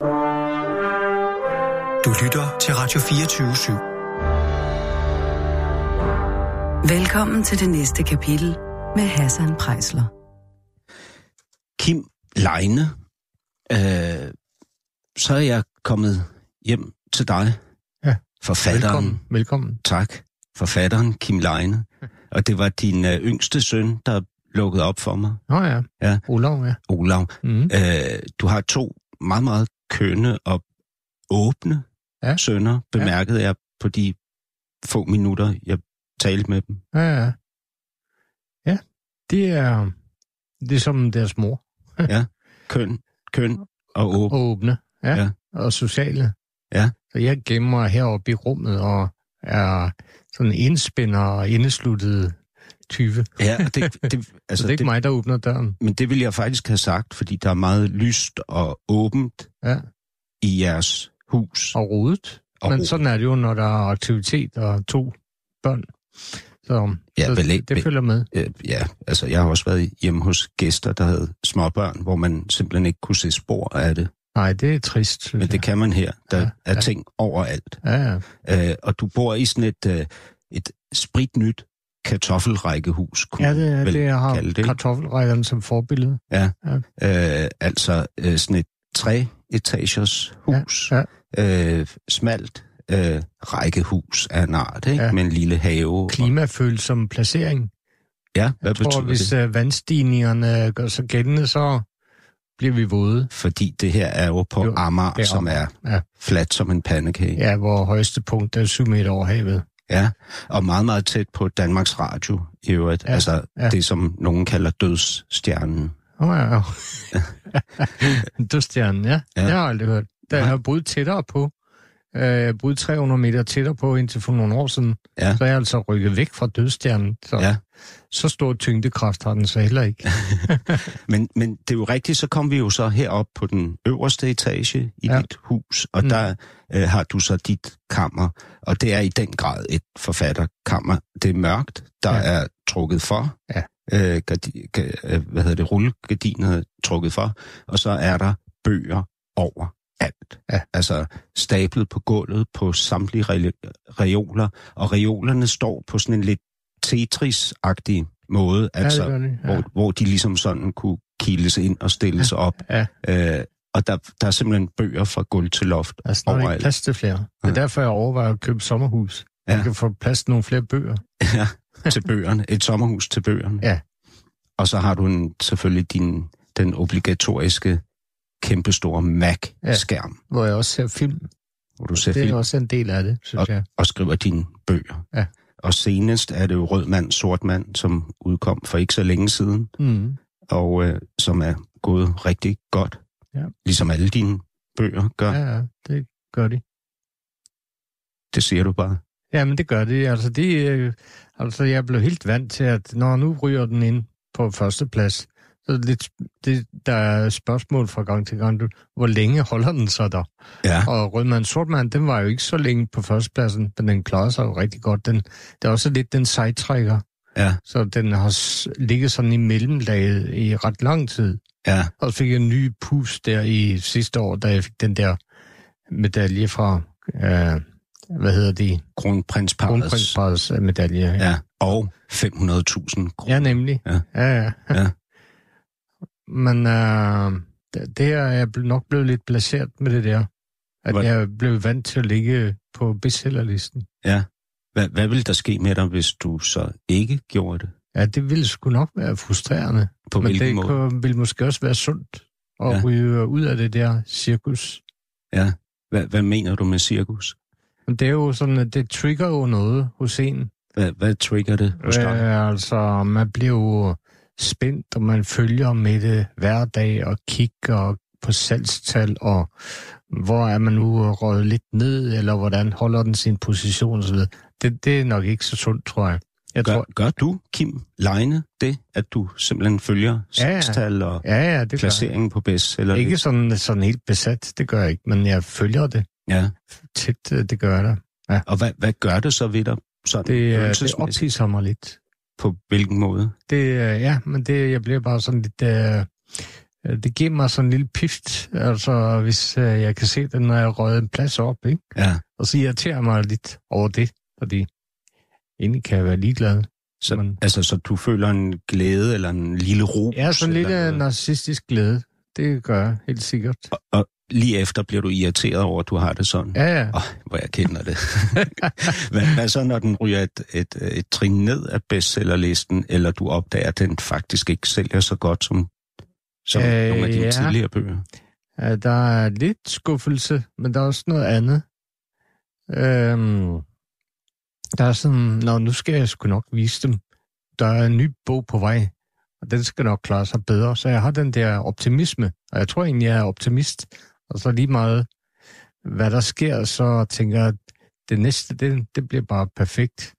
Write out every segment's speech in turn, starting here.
Du lytter til Radio 24/7. Velkommen til det næste kapitel med Hassan Preisler. Kim Leine, så er jeg kommet hjem til dig. Ja. Forfatteren. Velkommen. Tak. Forfatteren Kim Leine. Og det var din yngste søn, der lukkede op for mig. Ja. Olav, ja. Olav. Mm. Du har 2 meget, meget kønne og åbne sønner, bemærkede jeg på de få minutter, jeg talte med dem. Ja. Ja, det er som deres mor. Ja, køn og åbne. Åbne, ja. Og sociale. Ja. Så jeg gemmer heroppe i rummet og er sådan en indspænder og indesluttet tyve. Ja, og det, så det er ikke mig, der åbner døren. Men det vil jeg faktisk have sagt, fordi der er meget lyst og åbent i jeres hus. Og rodet. Men sådan er det jo, når der er aktivitet og 2 børn. Så det følger med. Ja, altså jeg har også været hjemme hos gæster, der havde småbørn, hvor man simpelthen ikke kunne se spor af det. Nej, det er trist. Men det kan man her. Der er ting overalt. Ja. Og du bor i sådan et spritnyt kartoffelrækkehus, kunne det har kartoffelrækkerne som forbillede. Ja. Altså sådan et 3-etagers hus. Ja. Smalt rækkehus af en art, ikke? Med en lille have. Klimafølsom placering. Ja, hvad betyder det? Hvis vandstigningerne gør sig gældende, så bliver vi våde. Fordi det her er jo på Amager, som er fladt som en pandekage. Ja, hvor højeste punkt er 7 meter over havet. Ja, og meget, meget tæt på Danmarks Radio i øvrigt. Altså det, som nogen kalder dødsstjernen. Ja. Dødsstjernen, ja. Det har jeg aldrig hørt. Der har boet tættere på. Boet 300 meter tættere på indtil for nogle år siden. Ja. Så er jeg altså rykket væk fra dødsstjernen. Så stor tyngdekraft har den så heller ikke. men det er jo rigtigt, så kom vi jo så herop på den øverste etage i dit hus, og der har du så dit kammer, og det er i den grad et forfatterkammer. Det er mørkt, der er trukket for, rullegardiner er trukket for, og så er der bøger over alt. Ja. Altså stablet på gulvet på samtlige reoler, og reolerne står på sådan en lidt Tetris-agtig måde, altså, hvor de ligesom sådan kunne kildes ind og stilles op. Ja. Og der er simpelthen bøger fra gulv til loft overalt. Der er ikke plads til flere. Det er derfor, jeg overvejer at købe sommerhus. Man kan få plads til nogle flere bøger. Ja, til bøgerne. Et sommerhus til bøgerne. Ja. Og så har du selvfølgelig den obligatoriske kæmpestore Mac-skærm. Hvor jeg også ser film. Hvor du ser det er film. også en del af det, synes jeg. Og skriver dine bøger. Ja. Og senest er det jo Rød Mand, Sort Mand, som udkom for ikke så længe siden. Mm. Og som er gået rigtig godt. Ja. Ligesom alle dine bøger gør. Ja, det gør de. Det siger du bare. Ja, men det gør det. Altså, jeg blev helt vant til, at når nu ryger den ind på førsteplads, så der er spørgsmål fra gang til gang. Hvor længe holder den så der? Ja. Og Rødmand Sortmand, den var jo ikke så længe på førstepladsen, men den klarede sig jo rigtig godt. Det er også lidt den sejtrækker. Ja. Så den har ligget sådan i mellemlaget i ret lang tid. Ja. Og så fik jeg en ny pus der i sidste år, da jeg fik den der medalje fra, Kronprinsparrets medalje. Ja, og 500.000 kroner. Ja, nemlig. Ja. Men det her er jeg nok blevet lidt placeret med det der. At jeg blev vant til at ligge på bestsellerlisten. Ja. Hvad ville der ske med dig, hvis du så ikke gjorde det? Ja, det ville sgu nok være frustrerende. På hvilken måde? Men det ville måske også være sundt at ryge ud af det der cirkus. Ja. Hvad mener du med cirkus? Det er jo sådan, at det trigger jo noget hos en. Hvad trigger det hos dig? Altså, man bliver jo spændt, og man følger med det hver dag og kigger på salgstal, og hvor er man nu røget lidt ned, eller hvordan holder den sin position osv. Det er nok ikke så sundt, tror jeg. Gør du, Kim Leine, det, at du simpelthen følger salgstal og placeringen på bestseller? Ikke sådan helt besat, det gør jeg ikke, men jeg følger det. Ja. Tæt, det gør jeg da. Ja. Og hvad gør det så ved dig? Det ophidser mig lidt. På hvilken måde? Men jeg bliver bare sådan lidt det giver mig sådan en lille pift, altså hvis jeg kan se det, når jeg røger en plads op, ikke? Ja. Og så irriterer mig lidt over det, fordi egentlig kan jeg være ligeglad. Så du føler en glæde eller en lille ro? Ja, sådan en lille narcissistisk glæde. Det gør jeg helt sikkert. Og lige efter bliver du irriteret over, at du har det sådan? Ja. Hvor jeg kender det. Hvad så, når den ryger et trin ned af bestsellerlisten, eller du opdager, at den faktisk ikke sælger så godt som nogle af dine tidligere bøger? Ja, der er lidt skuffelse, men der er også noget andet. Der er sådan, nu skal jeg sgu nok vise dem. Der er en ny bog på vej, og den skal nok klare sig bedre. Så jeg har den der optimisme, og jeg tror egentlig, jeg er optimist. Og så lige meget, hvad der sker, så tænker jeg, at det næste, det bliver bare perfekt.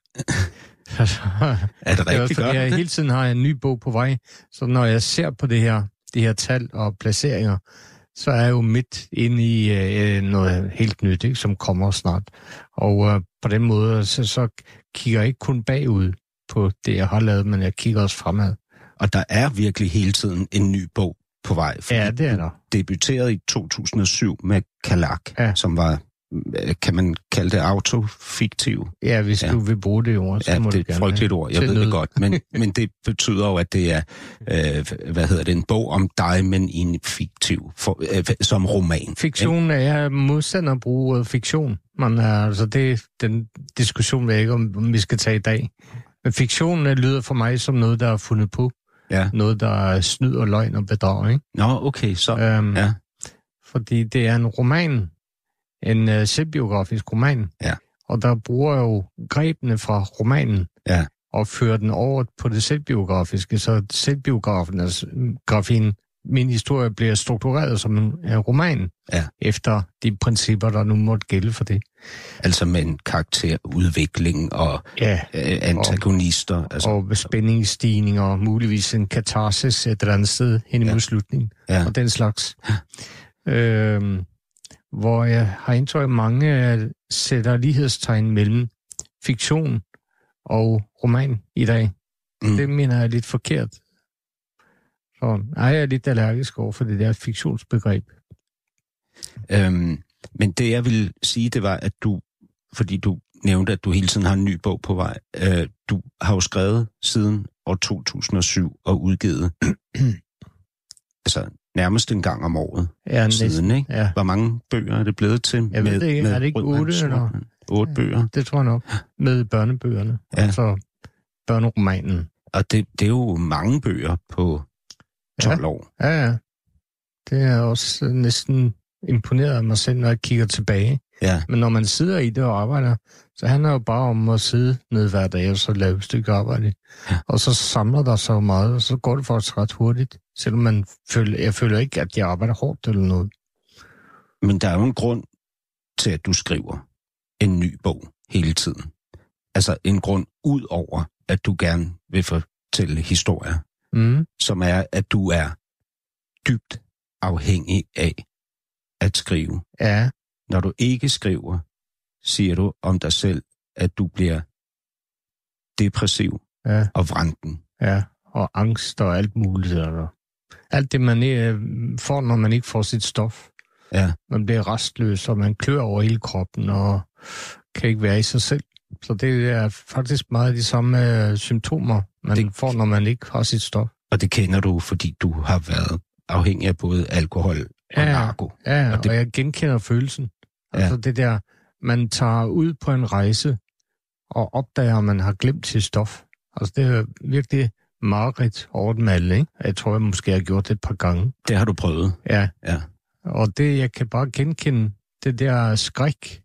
Er det rigtig godt? Jeg hele tiden har en ny bog på vej, så når jeg ser på det her tal og placeringer, så er jeg jo midt inde i noget helt nyt, ikke, som kommer snart. Og på den måde, så kigger jeg ikke kun bagud på det, jeg har lavet, men jeg kigger også fremad. Og der er virkelig hele tiden en ny bog på vej. Ja, det er der. Debuterede i 2007 med Kalak, som var, kan man kalde det autofiktiv? Ja, hvis du vil bruge det ord, så må det er et frygteligt ord, jeg ved det godt. Men det betyder jo, at det er, en bog om dig, men i en fiktiv, som roman. Fiktion er modstander at bruge ordet fiktion. Det er den diskussion, jeg ikke om vi skal tage i dag. Men fiktion lyder for mig som noget, der er fundet på. Ja. Noget, der er snyd og løgn og bedrag, ikke? Nå, okay, så... ja. Fordi det er en roman, en selvbiografisk roman, og der bruger jo grebene fra romanen og fører den over på det selvbiografiske, så selvbiografien, min historie bliver struktureret som en roman, efter de principper, der nu måtte gælde for det. Altså med en karakterudvikling og antagonister. Og spændingsstigning og muligvis en katarsis et eller andet sted hen imod slutningen, og den slags. Hvor jeg har indtryk, mange sætter lighedstegn mellem fiktion og roman i dag. Det mener jeg er lidt forkert. Så jeg er lidt allergisk over for det der fiktionsbegreb. Men det jeg vil sige, det var, at fordi du nævnte, at du hele tiden har en ny bog på vej, du har jo skrevet siden år 2007 og udgivet altså nærmest en gang om året siden, ikke? Ja. Hvor mange bøger er det blevet til? Jeg ved det ikke. Er det ikke 8 eller? 8 bøger? Det tror jeg nok. Med børnebøgerne. Altså børneromanen. Og det er jo mange bøger på 12 år. Ja. Det er også næsten imponeret af mig selv, når jeg kigger tilbage. Ja. Men når man sidder i det og arbejder, så handler det jo bare om at sidde ned hver dag og så lave et stykke arbejde. Ja. Og så samler der så meget, og så går det faktisk ret hurtigt. Selvom jeg føler ikke, at jeg arbejder hårdt eller noget. Men der er jo en grund til, at du skriver en ny bog hele tiden. Altså en grund ud over, at du gerne vil fortælle historier. Som er, at du er dybt afhængig af at skrive. Ja. Når du ikke skriver, siger du om dig selv, at du bliver depressiv og vrangten. Ja, og angst og alt muligt. Eller alt det, man får, når man ikke får sit stof. Ja. Man bliver rastløs, og man klør over hele kroppen, og kan ikke være i sig selv. Så det er faktisk meget af de samme symptomer, man får, når man ikke har sit stof. Og det kender du, fordi du har været afhængig af både alkohol og narko. Ja, og jeg genkender følelsen. Altså det der, man tager ud på en rejse og opdager, at man har glemt sit stof. Altså det er virkelig mareridt over dem alle, ikke? Jeg tror, jeg måske har gjort det et par gange. Det har du prøvet? Ja. Og det, jeg kan bare genkende, det der skræk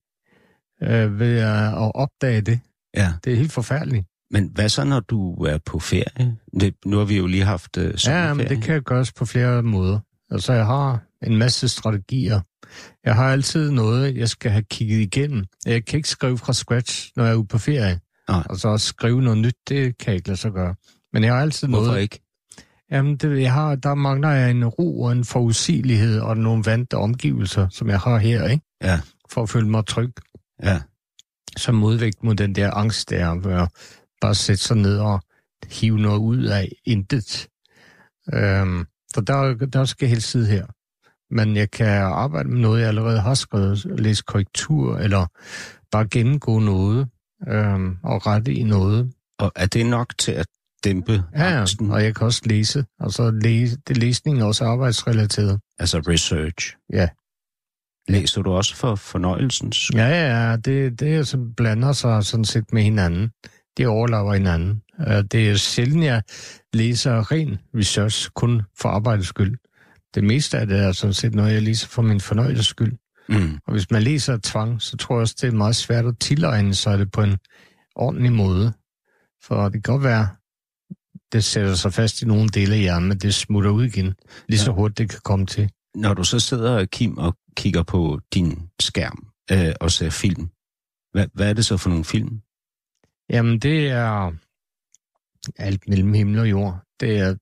ved at opdage det. Ja. Det er helt forfærdeligt. Men hvad så, når du er på ferie? Nu har vi jo lige haft sommerferie. Ja, men det kan gøres på flere måder. Altså, jeg har en masse strategier. Jeg har altid noget, jeg skal have kigget igennem. Jeg kan ikke skrive fra scratch, når jeg er ude på ferie. Nej. Og så skrive noget nyt, det kan jeg ikke lade sig gøre. Men jeg har altid noget... Hvorfor ikke? Jamen, der mangler jeg en ro og en forudsigelighed og nogle vante omgivelser, som jeg har her, ikke? Ja. For at føle mig tryg. Ja. Som modvægt mod den der angst der, hvor jeg bare sætte sig ned og hive noget ud af intet. For der skal helst sidde her. Men jeg kan arbejde med noget, jeg allerede har skrevet, læse korrektur, eller bare gennemgå noget, og rette i noget. Og er det nok til at dæmpe angsten? Og jeg kan også læse. Altså læsning er også arbejdsrelateret. Altså research? Ja. Læser du også for fornøjelsens? Ja, det som blander sig sådan set med hinanden. Det overlapper hinanden. Det er sjældent, jeg læser ren research kun for arbejdets skyld. Det meste af det er sådan set noget, jeg læser for min fornøjelses skyld. Mm. Og hvis man læser tvang, så tror jeg også, det er meget svært at tilegne sig det på en ordentlig måde. For det kan godt være, det sætter sig fast i nogle dele af hjernen, men det smutter ud igen, lige så hurtigt det kan komme til. Når du så sidder, Kim, og kigger på din skærm og ser film, hvad er det så for nogle film? Jamen, det er alt mellem himmel og jord. Det er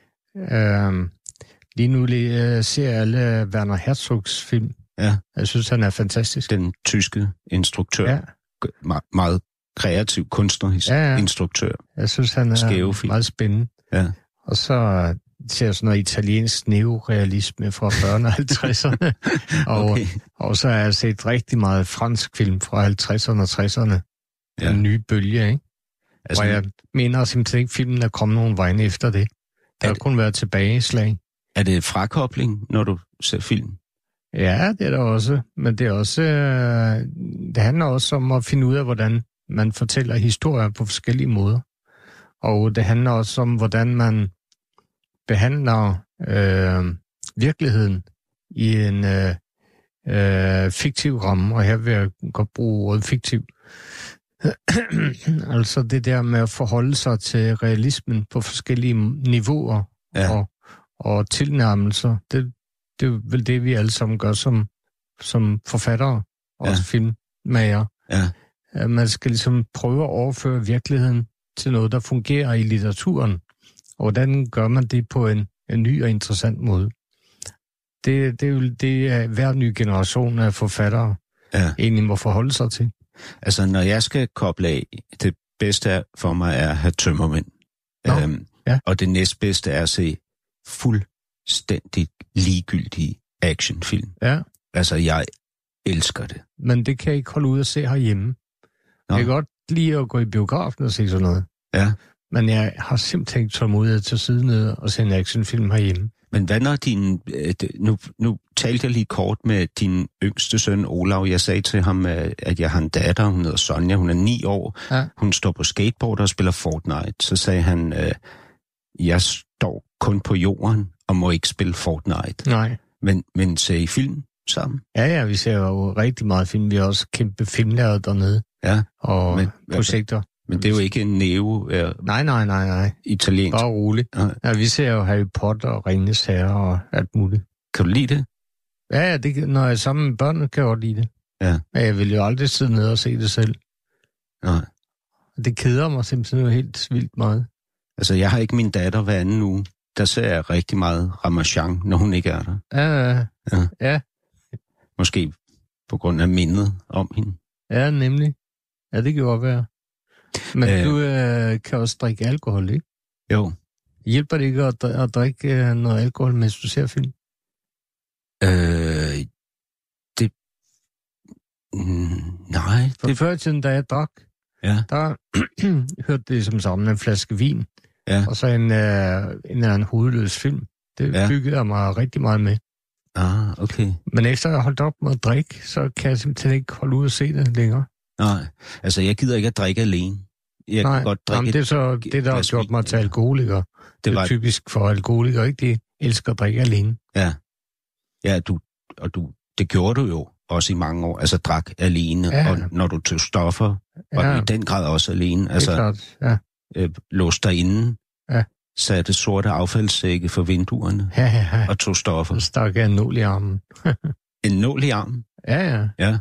lige nu ser jeg alle Werner Herzogs film. Ja. Jeg synes, han er fantastisk. Den tyske instruktør. Ja. Meget kreativ, kunstnerisk instruktør. Jeg synes, han er meget spændende. Ja. Og så ser jeg sådan noget italiensk neorealisme fra 40'erne og 50'erne. Og så har jeg set rigtig meget fransk film fra 50'erne og 60'erne. Den nye bølge, ikke? Altså, hvor jeg mener simpelthen ikke, filmen er kommet nogen vegne efter det. Der har kun været tilbageslag. Er det frakobling, når du ser film? Ja, det er der også. Men det er også, det handler også om at finde ud af, hvordan man fortæller historier på forskellige måder. Og det handler også om, hvordan man behandler virkeligheden i en fiktiv ramme. Og her vil jeg godt bruge ordet fiktiv. Altså det der med at forholde sig til realismen på forskellige niveauer og tilnærmelser. Det er vel det, vi alle sammen gør som forfattere og også filmmager. Ja. Man skal ligesom prøve at overføre virkeligheden til noget, der fungerer i litteraturen. Og hvordan gør man det på en ny og interessant måde? Det er jo det, hver ny generation af forfattere egentlig må forholde sig til. Altså, når jeg skal koble af, det bedste for mig er at have tømmermænd. Og det næstbedste er at se fuldstændig ligegyldige actionfilm. Ja. Altså, jeg elsker det. Men det kan jeg ikke holde ud at se herhjemme. Jeg kan godt lide at gå i biografen og se sådan noget. Ja. Men jeg har simpelthen ikke tålmodighed til at sidde nede og se en actionfilm herhjemme. Men hvad når din... Nu talte jeg lige kort med din yngste søn, Olav. Jeg sagde til ham, at jeg har en datter, hun hedder Sonja, hun er 9 år. Ja. Hun står på skateboard og spiller Fortnite. Så sagde han, jeg står kun på jorden og må ikke spille Fortnite. Nej. Men ser I film sammen? Ja, vi ser jo rigtig meget film. Vi har også kæmpe filmlærer dernede. Ja. Og projekter. Men det er jo ikke en Nej. Italiensk. Bare roligt. Ja, vi ser jo Harry Potter og Ringenes Herre og alt muligt. Kan du lide det? Ja, når jeg er sammen med børnene, kan jeg godt lide det. Ja. Men jeg vil jo aldrig sidde ned og se det selv. Nej. Det keder mig simpelthen jo helt vildt meget. Altså, jeg har ikke min datter hver anden uge. Der ser jeg rigtig meget Ramachan, når hun ikke er der. Ja. Måske på grund af mindet om hende. Ja, nemlig. Ja, det kan godt være. Men du kan også drikke alkohol, ikke? Jo. Hjælper det ikke at drikke noget alkohol, mens du ser film? Nej. For før i tiden, da jeg drak, der hørte det som sammen en flaske vin, og så en eller anden hovedløs film. Det byggede jeg mig rigtig meget med. Ah, okay. Men efter jeg har holdt op med at drikke, så kan jeg simpelthen ikke holde ud og se det længere. Nej, altså jeg gider ikke at drikke alene. Jeg kan godt drikke. Jamen, det er så det, der har gjort mig til alkoholiker. Det er typisk for alkoholikere, ikke? De elsker at drikke alene. Ja, det gjorde du jo også i mange år. Altså drak alene, og når du tog stoffer, var du i den grad også alene. Altså, det er klart, låste dig inde, satte sorte affaldssække for vinduerne, og tog stoffer. Så stak jeg en nål i armen. En nål i armen? Ja.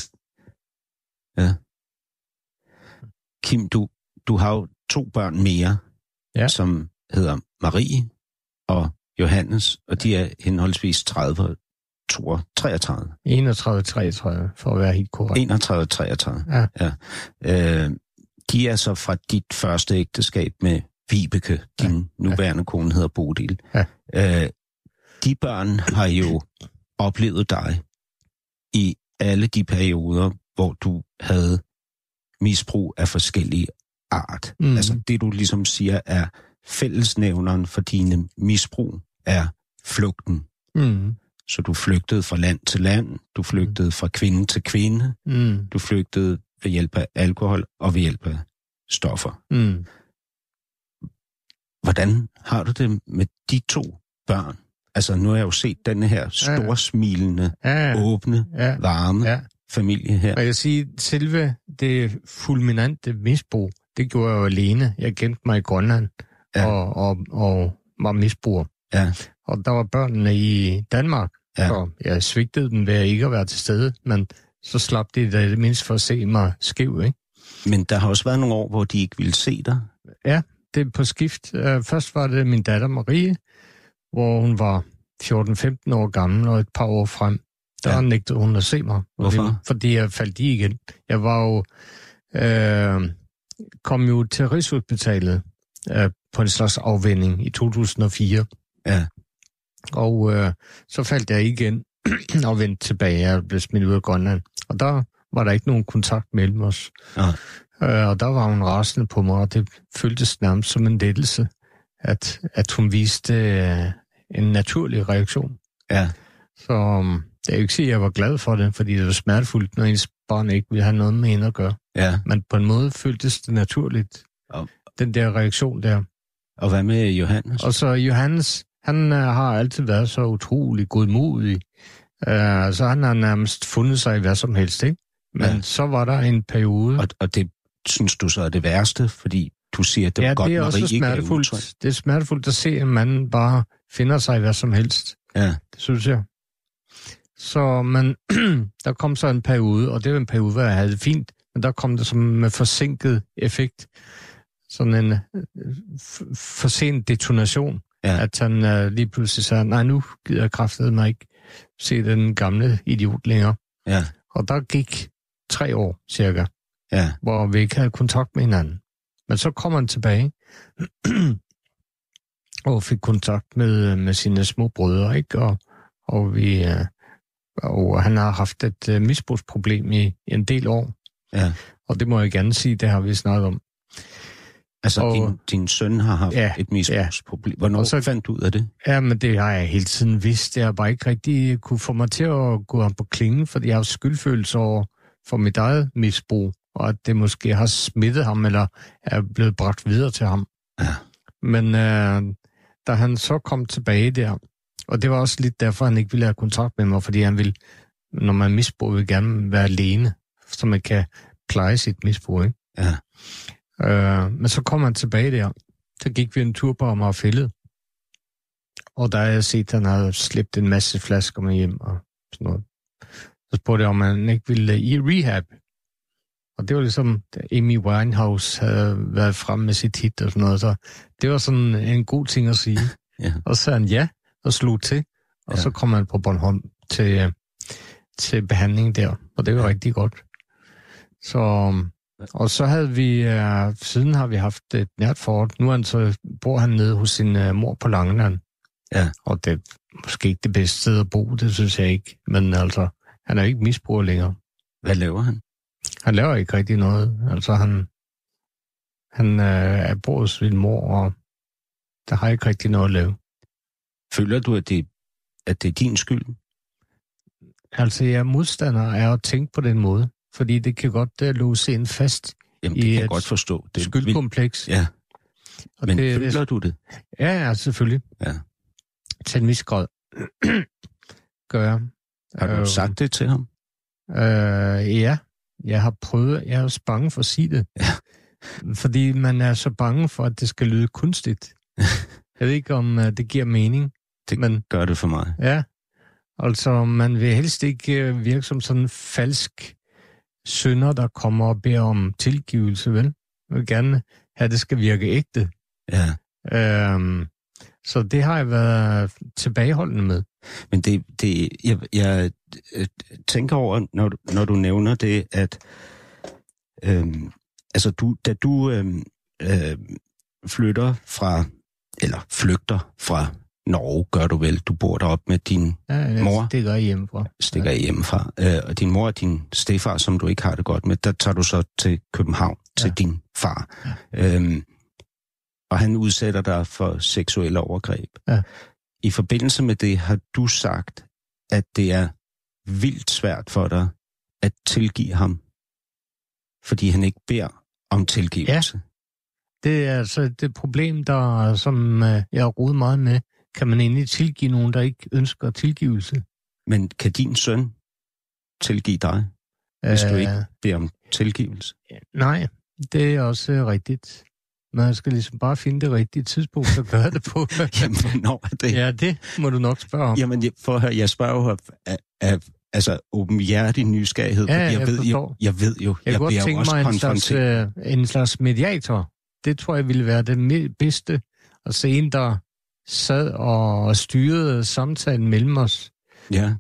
Kim, du har jo 2 børn mere, som hedder Marie og Johannes, og de er henholdsvis 30 og 33. 31-33, for at være helt korrekt. 31-33, ja. De er så fra dit første ægteskab med Vibeke, din nuværende kone hedder Bodil. Ja. De børn har jo oplevet dig i alle de perioder, hvor du havde misbrug af forskellige art. Altså det, du ligesom siger, er fællesnævneren for dine misbrug er flugten. Så du flygtede fra land til land, du flygtede fra kvinde til kvinde, du flygtede ved hjælp af alkohol og ved hjælp af stoffer. Hvordan har du det med de to børn? Altså, nu har jeg jo set denne her storsmilende, åbne, varme familie her. Og jeg siger, selve det fulminante misbrug, det gjorde jeg jo alene. Jeg gemte mig i Grønland og var misbruger. Ja. Og der var børnene i Danmark, så jeg svigtede dem ved ikke at være til stede, men så slap de det mindst for at se mig skæv, ikke? Men der har også været nogle år, hvor de ikke ville se dig. Ja, det er på skift. Først var det min datter Marie, hvor hun var 14-15 år gammel, og et par år frem, der nægtede hun at se mig. Hvorfor? Fordi jeg faldt i igen. Jeg var jo kom jo til Rigshospitalet på en slags afvinding i 2004. Ja. Og så faldt jeg igen og vendte tilbage. Jeg blev smidt ud af Grønland. Og der var der ikke nogen kontakt mellem os. Ja. Og der var hun rasende på mig, og det føltes nærmest som en lettelse, at hun viste en naturlig reaktion. Ja. Så jeg vil ikke sige, at jeg var glad for det, fordi det var smertefuldt, når ens barn ikke ville have noget med hende at gøre. Ja. Men på en måde føltes det naturligt, den der reaktion der. Og hvad med Johannes? Og så Johannes, han har altid været så utrolig godmodig. Så han har nærmest fundet sig i hvad som helst, ikke? Men så var der en periode... Og det synes du så er det værste, fordi du siger, at det var godt, det er også smertefuldt. Det er smertefuldt at se, at man bare finder sig i hvad som helst. Ja. Det synes jeg. Så men der kom så en periode, og det var en periode, hvor jeg havde det fint, men der kom det som med forsinket effekt. Sådan en for sen detonation, at han lige pludselig sagde, nej, nu gider jeg kraftedeme ikke se den gamle idiot længere. Ja. Og der gik 3 år cirka, hvor vi ikke havde kontakt med hinanden. Men så kom han tilbage og fik kontakt med sine små brødre, ikke? Og han har haft et misbrugsproblem i en del år. Ja. Og det må jeg gerne sige, det har vi snakket om. Altså, din søn har haft et misbrugsproblem. Hvornår fandt du ud af det? Ja, men det har jeg hele tiden vidst. Jeg har bare ikke rigtig kunne få mig til at gå ham på klingen, fordi jeg har skyldfølelse over for mit eget misbrug, og at det måske har smittet ham, eller er blevet bragt videre til ham. Ja. Men da han så kom tilbage der, og det var også lidt derfor, han ikke ville have kontakt med mig, fordi han ville, når man misbruger, vil gerne være alene, så man kan pleje sit misbrug, ikke? Ja. Men så kom han tilbage der. Så gik vi en tur på Amagerfælled. Og der har jeg set, at han havde slæbt en masse flasker med hjem og sådan noget. Så spurgte jeg, om han ikke ville i rehab. Og det var ligesom, da Amy Winehouse havde været fremme med sit hit og sådan noget. Så det var sådan en god ting at sige. Ja. Og så sagde han ja, og slog til. Og så kom han på Bornholm til behandling der. Og det var rigtig godt. Og så havde vi, siden har vi haft et nært forhold. Nu bor han nede hos sin mor på Langeland. Ja. Og det er måske ikke det bedste sted at bo, det synes jeg ikke. Men altså, han er jo ikke misbruger længere. Hvad laver han? Han laver ikke rigtig noget. Altså, han bor hos sin mor, og der har ikke rigtig noget at lave. Føler du, at det er din skyld? Altså, jeg er modstander af at tænke på den måde. Fordi det kan godt låse ind fast. Jamen, det kan jeg godt forstå. Det skyldkompleks. Ja. Og men føler du det? Ja, selvfølgelig. Ja. Til en vis grad. Gør jeg. Har du sagt det til ham? Ja. Jeg har prøvet. Jeg er også bange for at sige det. Ja. Fordi man er så bange for, at det skal lyde kunstigt. Jeg ved ikke, om det giver mening. Det gør det for mig. Ja. Altså, man vil helst ikke virke som sådan en falsk synder, der kommer og beder om tilgivelse, vel? Jeg vil gerne have, at det skal virke ægte. Ja. Så det har jeg været tilbageholdende med. Men jeg tænker over, når du nævner det, at altså da du flygter fra Norge, gør du vel. Du bor deroppe med din mor. Stikker hjemmefra. Og din mor og din stefar, som du ikke har det godt med, der tager du så til København til din far. Ja. Og han udsætter dig for seksuelle overgreb. Ja. I forbindelse med det har du sagt, at det er vildt svært for dig at tilgive ham, fordi han ikke beder om tilgivelse. Ja. Det er altså det problem, som jeg har rodet meget med. Kan man egentlig tilgive nogen, der ikke ønsker tilgivelse? Men kan din søn tilgive dig, hvis du ikke beder om tilgivelse? Nej, det er også rigtigt. Man skal ligesom bare finde det rigtige tidspunkt at gøre det på. Jamen, hvornår er det? Ja, det må du nok spørge om. Jamen, for at høre, jeg spørger jo af åbenhjertig nysgerrighed, ja, fordi jeg ved jo, jeg bliver jo også konfronteret. En slags mediator. Det tror jeg ville være det bedste. At se en, der sad og styrede samtalen mellem os. Ja.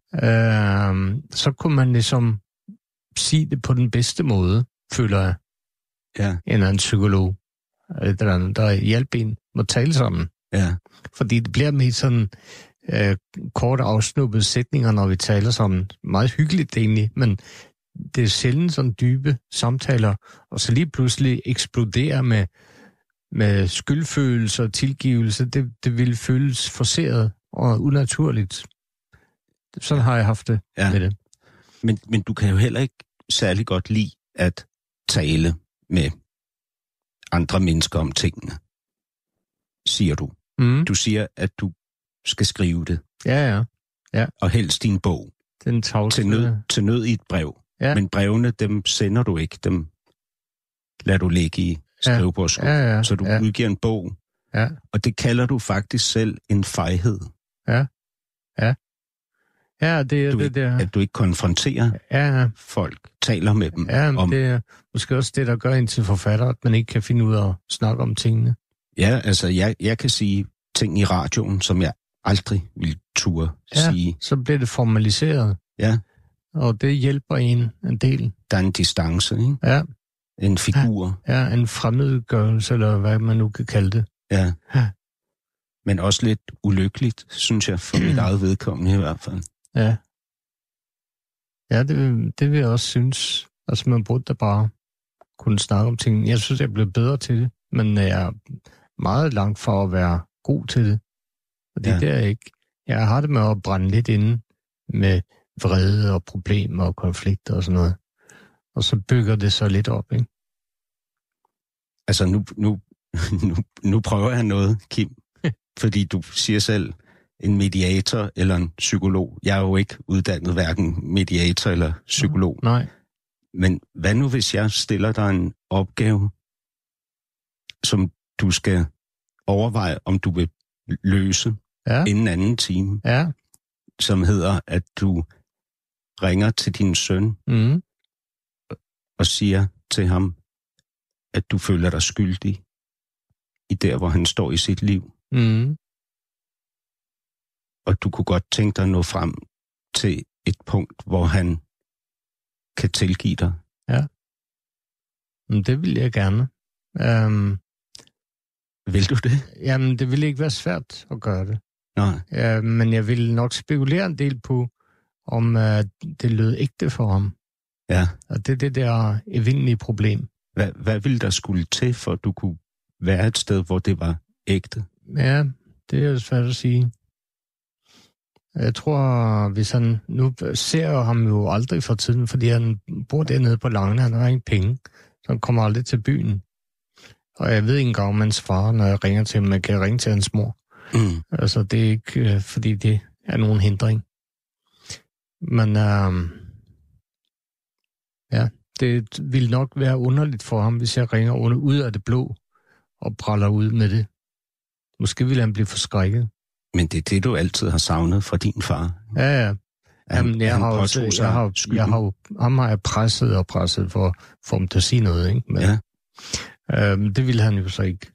Så kunne man ligesom sige det på den bedste måde, føler jeg. Ja. End en psykolog. Der hjælper en at tale sammen. Ja. Fordi det bliver med sådan kort afsnuppede sætninger, når vi taler sammen. Meget hyggeligt egentlig, men det er sjældent sådan dybe samtaler, og så lige pludselig eksploderer med skyldfølelse og tilgivelse. Det vil føles forceret og unaturligt. Sådan har jeg haft det med det. Men du kan jo heller ikke særlig godt lide at tale med andre mennesker om tingene, siger du. Mm. Du siger, at du skal skrive det. Ja. Og helst din bog. Den til nød i et brev. Ja. Men brevene, dem sender du ikke. Dem lader du ligge i skrivebordsskuffe. Ja. Så du udgiver en bog. Ja. Og det kalder du faktisk selv en fejhed. Ja. Ja, det er det der. At du ikke konfronterer folk, taler med dem om. Det er måske også det, der gør en til forfatter, at man ikke kan finde ud af at snakke om tingene. Ja, altså jeg kan sige ting i radioen, som jeg aldrig ville turde sige. Så bliver det formaliseret. Ja. Og det hjælper en del. Der er en distance, ikke? Ja. En figur. Ja, en fremmedgørelse, eller hvad man nu kan kalde det. Ja. Men også lidt ulykkeligt, synes jeg, for mit eget vedkommende i hvert fald. Ja. Ja, det vil jeg også synes. Altså, man burde da bare kunne snakke om ting. Jeg synes, jeg er blevet bedre til det, men jeg er meget langt for at være god til det. Og det er der ikke. Jeg har det med at brænde lidt inde med vrede og problemer og konflikter og sådan noget. Og så bygger det så lidt op, ikke? Altså, nu prøver jeg noget, Kim. Fordi du siger selv, en mediator eller en psykolog. Jeg er jo ikke uddannet hverken mediator eller psykolog. Nej. Men hvad nu, hvis jeg stiller dig en opgave, som du skal overveje, om du vil løse inden anden time, som hedder, at du ringer til din søn og siger til ham, at du føler dig skyldig i der, hvor han står i sit liv. Mm. Og du kunne godt tænke dig at nå frem til et punkt, hvor han kan tilgive dig. Ja. Men det vil jeg gerne. Vil du det? Jamen, det ville ikke være svært at gøre det. Nej. Men jeg ville nok spekulere en del på, om det lød ægte for ham. Ja. Og det er det der evindelige problem. Hvad ville der skulle til, for at du kunne være et sted, hvor det var ægte? Ja, det er svært at sige. Jeg tror, hvis han... Nu ser jeg ham jo aldrig for tiden, fordi han bor dernede på Langen. Han har ingen penge, så han kommer aldrig til byen. Og jeg ved ikke engang om hans far, når jeg ringer til ham. Man kan ringe til hans mor. Mm. Altså, det er ikke, fordi det er nogen hindring. Men det vil nok være underligt for ham, hvis jeg ringer ud af det blå og praller ud med det. Måske vil han blive forskrækket. Men det er det, du altid har savnet fra din far. Ja. Jamen, ham har jeg presset for ham til at sige noget, ikke? Men, det ville han jo så ikke.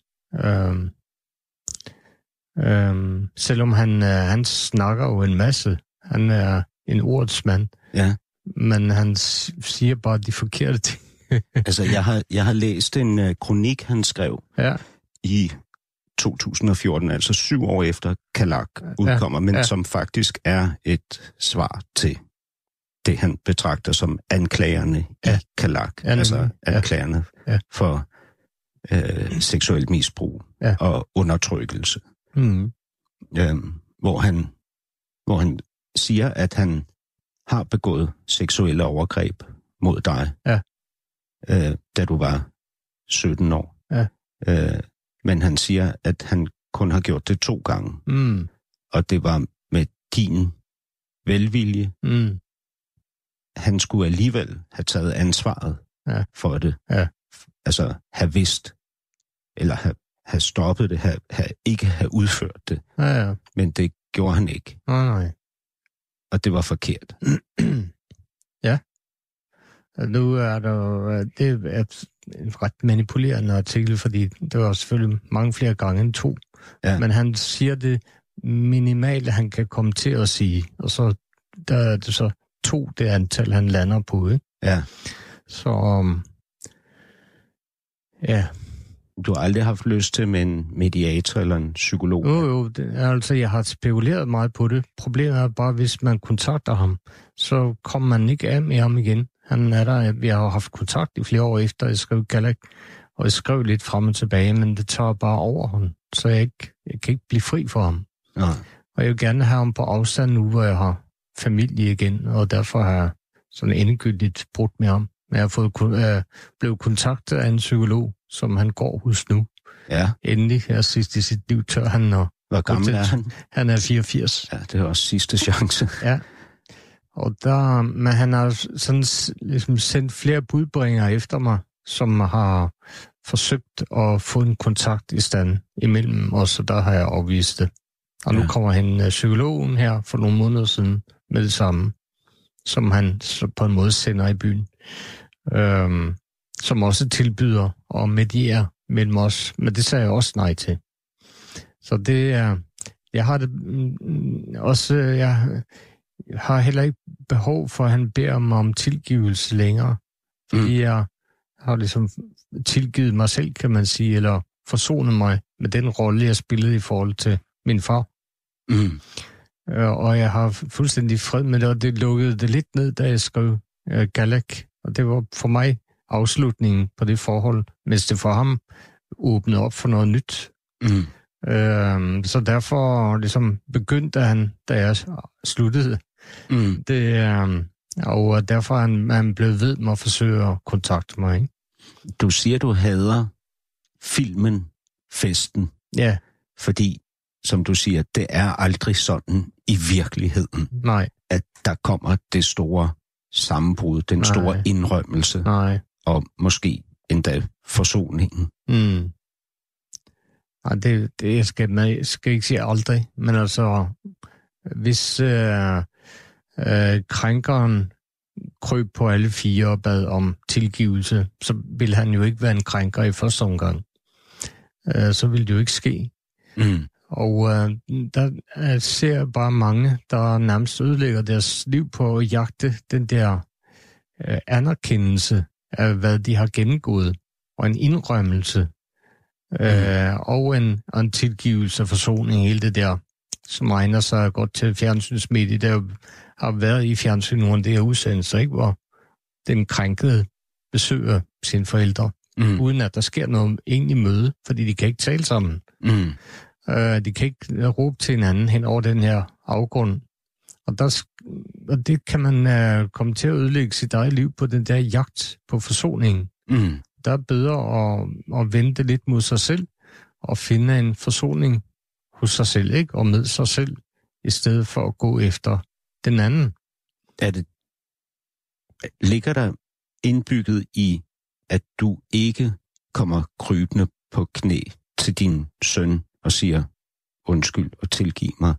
Selvom han snakker jo en masse. Han er en ordsmand. Ja. Men han siger bare de forkerte ting. Altså, jeg har læst en kronik, han skrev i 2014, altså 7 år efter Kalak udkommer, men som faktisk er et svar til det, han betragter som anklagerne i Kalak. Altså anklagerne for seksuelt misbrug og undertrykkelse. Hvor han siger, at han har begået seksuelle overgreb mod dig, da du var 17 år. Men han siger, at han kun har gjort det 2 gange. Og det var med din velvilje. Han skulle alligevel have taget ansvaret for det. Altså have vidst, eller have stoppet det, ikke have udført det. Men det gjorde han ikke. Nej. Og det var forkert. Ja. Nu er det er en ret manipulerende artikel, fordi det var selvfølgelig mange flere gange end 2. Men han siger det minimale, han kan komme til at sige. Og så der er det så 2, det antal, han lander på, ikke? Ja. Så, Du har aldrig haft lyst til med en mediator eller en psykolog? Jo, altså jeg har spekuleret meget på det. Problemet er bare, hvis man kontakter ham, så kommer man ikke af med ham igen. Han er der, vi har haft kontakt i flere år efter, jeg skrev Kalak, og jeg skrev lidt frem og tilbage, men det tager bare over ham, så jeg kan ikke blive fri for ham. Ja. Og jeg vil gerne have ham på afstand nu, hvor jeg har familie igen, og derfor har jeg sådan endegyldigt brudt med ham. Men jeg har blevet kontaktet af en psykolog, som han går hos nu. Ja. Endelig her sidst i sit liv tør han. Hvor gammel er han? Han er 84. Ja, det er også sidste chance. Ja. Og men han har sådan ligesom sendt flere budbringere efter mig, som har forsøgt at få en kontakt i stand imellem os, og der har jeg afvist det. Og nu kommer han psykologen her for nogle måneder siden med det samme, som han så på en måde sender i byen. Som også tilbyder at mediere mellem os, men det sagde jeg også nej til. Så det er... Jeg har det også... Jeg har heller ikke behov for, at han beder mig om tilgivelse længere. Fordi jeg har ligesom tilgivet mig selv, kan man sige, eller forsonet mig med den rolle, jeg spillede i forhold til min far. Og jeg har fuldstændig fred med det, og det lukkede det lidt ned, da jeg skrev Kalak. Og det var for mig afslutningen på det forhold, mens det for ham åbnede op for noget nyt. Så derfor ligesom begyndte han, da jeg sluttede. Og derfor er han blevet ved med at forsøge at kontakte mig. Ikke? Du siger, du hader filmen Festen. Ja. Fordi, som du siger, det er aldrig sådan i virkeligheden. Nej. At der kommer det store sammenbrud, den store indrømmelse. Nej. Og måske endda forsoningen. Nej, det skal ikke sige aldrig, men altså, hvis krænkeren krøb på alle 4 og bad om tilgivelse, så ville han jo ikke være en krænker i første omgang. Så ville det jo ikke ske. Og der ser jeg bare mange, der nærmest ødelægger deres liv på at jagte den der anerkendelse af, hvad de har gennemgået, og en indrømmelse, og en tilgivelse og forsoning, hele det der, som egner sig godt til fjernsynsmediet, der har været i fjernsyn nogle af det her udsendelser, ikke? Hvor den krænkede besøger sine forældre, uden at der sker noget egentlig møde, fordi de kan ikke tale sammen. De kan ikke råbe til hinanden hen over den her afgrund. Og det kan man komme til at ødelægge sit eget liv på den der jagt på forsoningen. Der er bedre at vente lidt mod sig selv og finde en forsoning hos sig selv, ikke? Og med sig selv, i stedet for at gå efter den anden. Ligger der indbygget i, at du ikke kommer krybende på knæ til din søn og siger undskyld og tilgiv mig?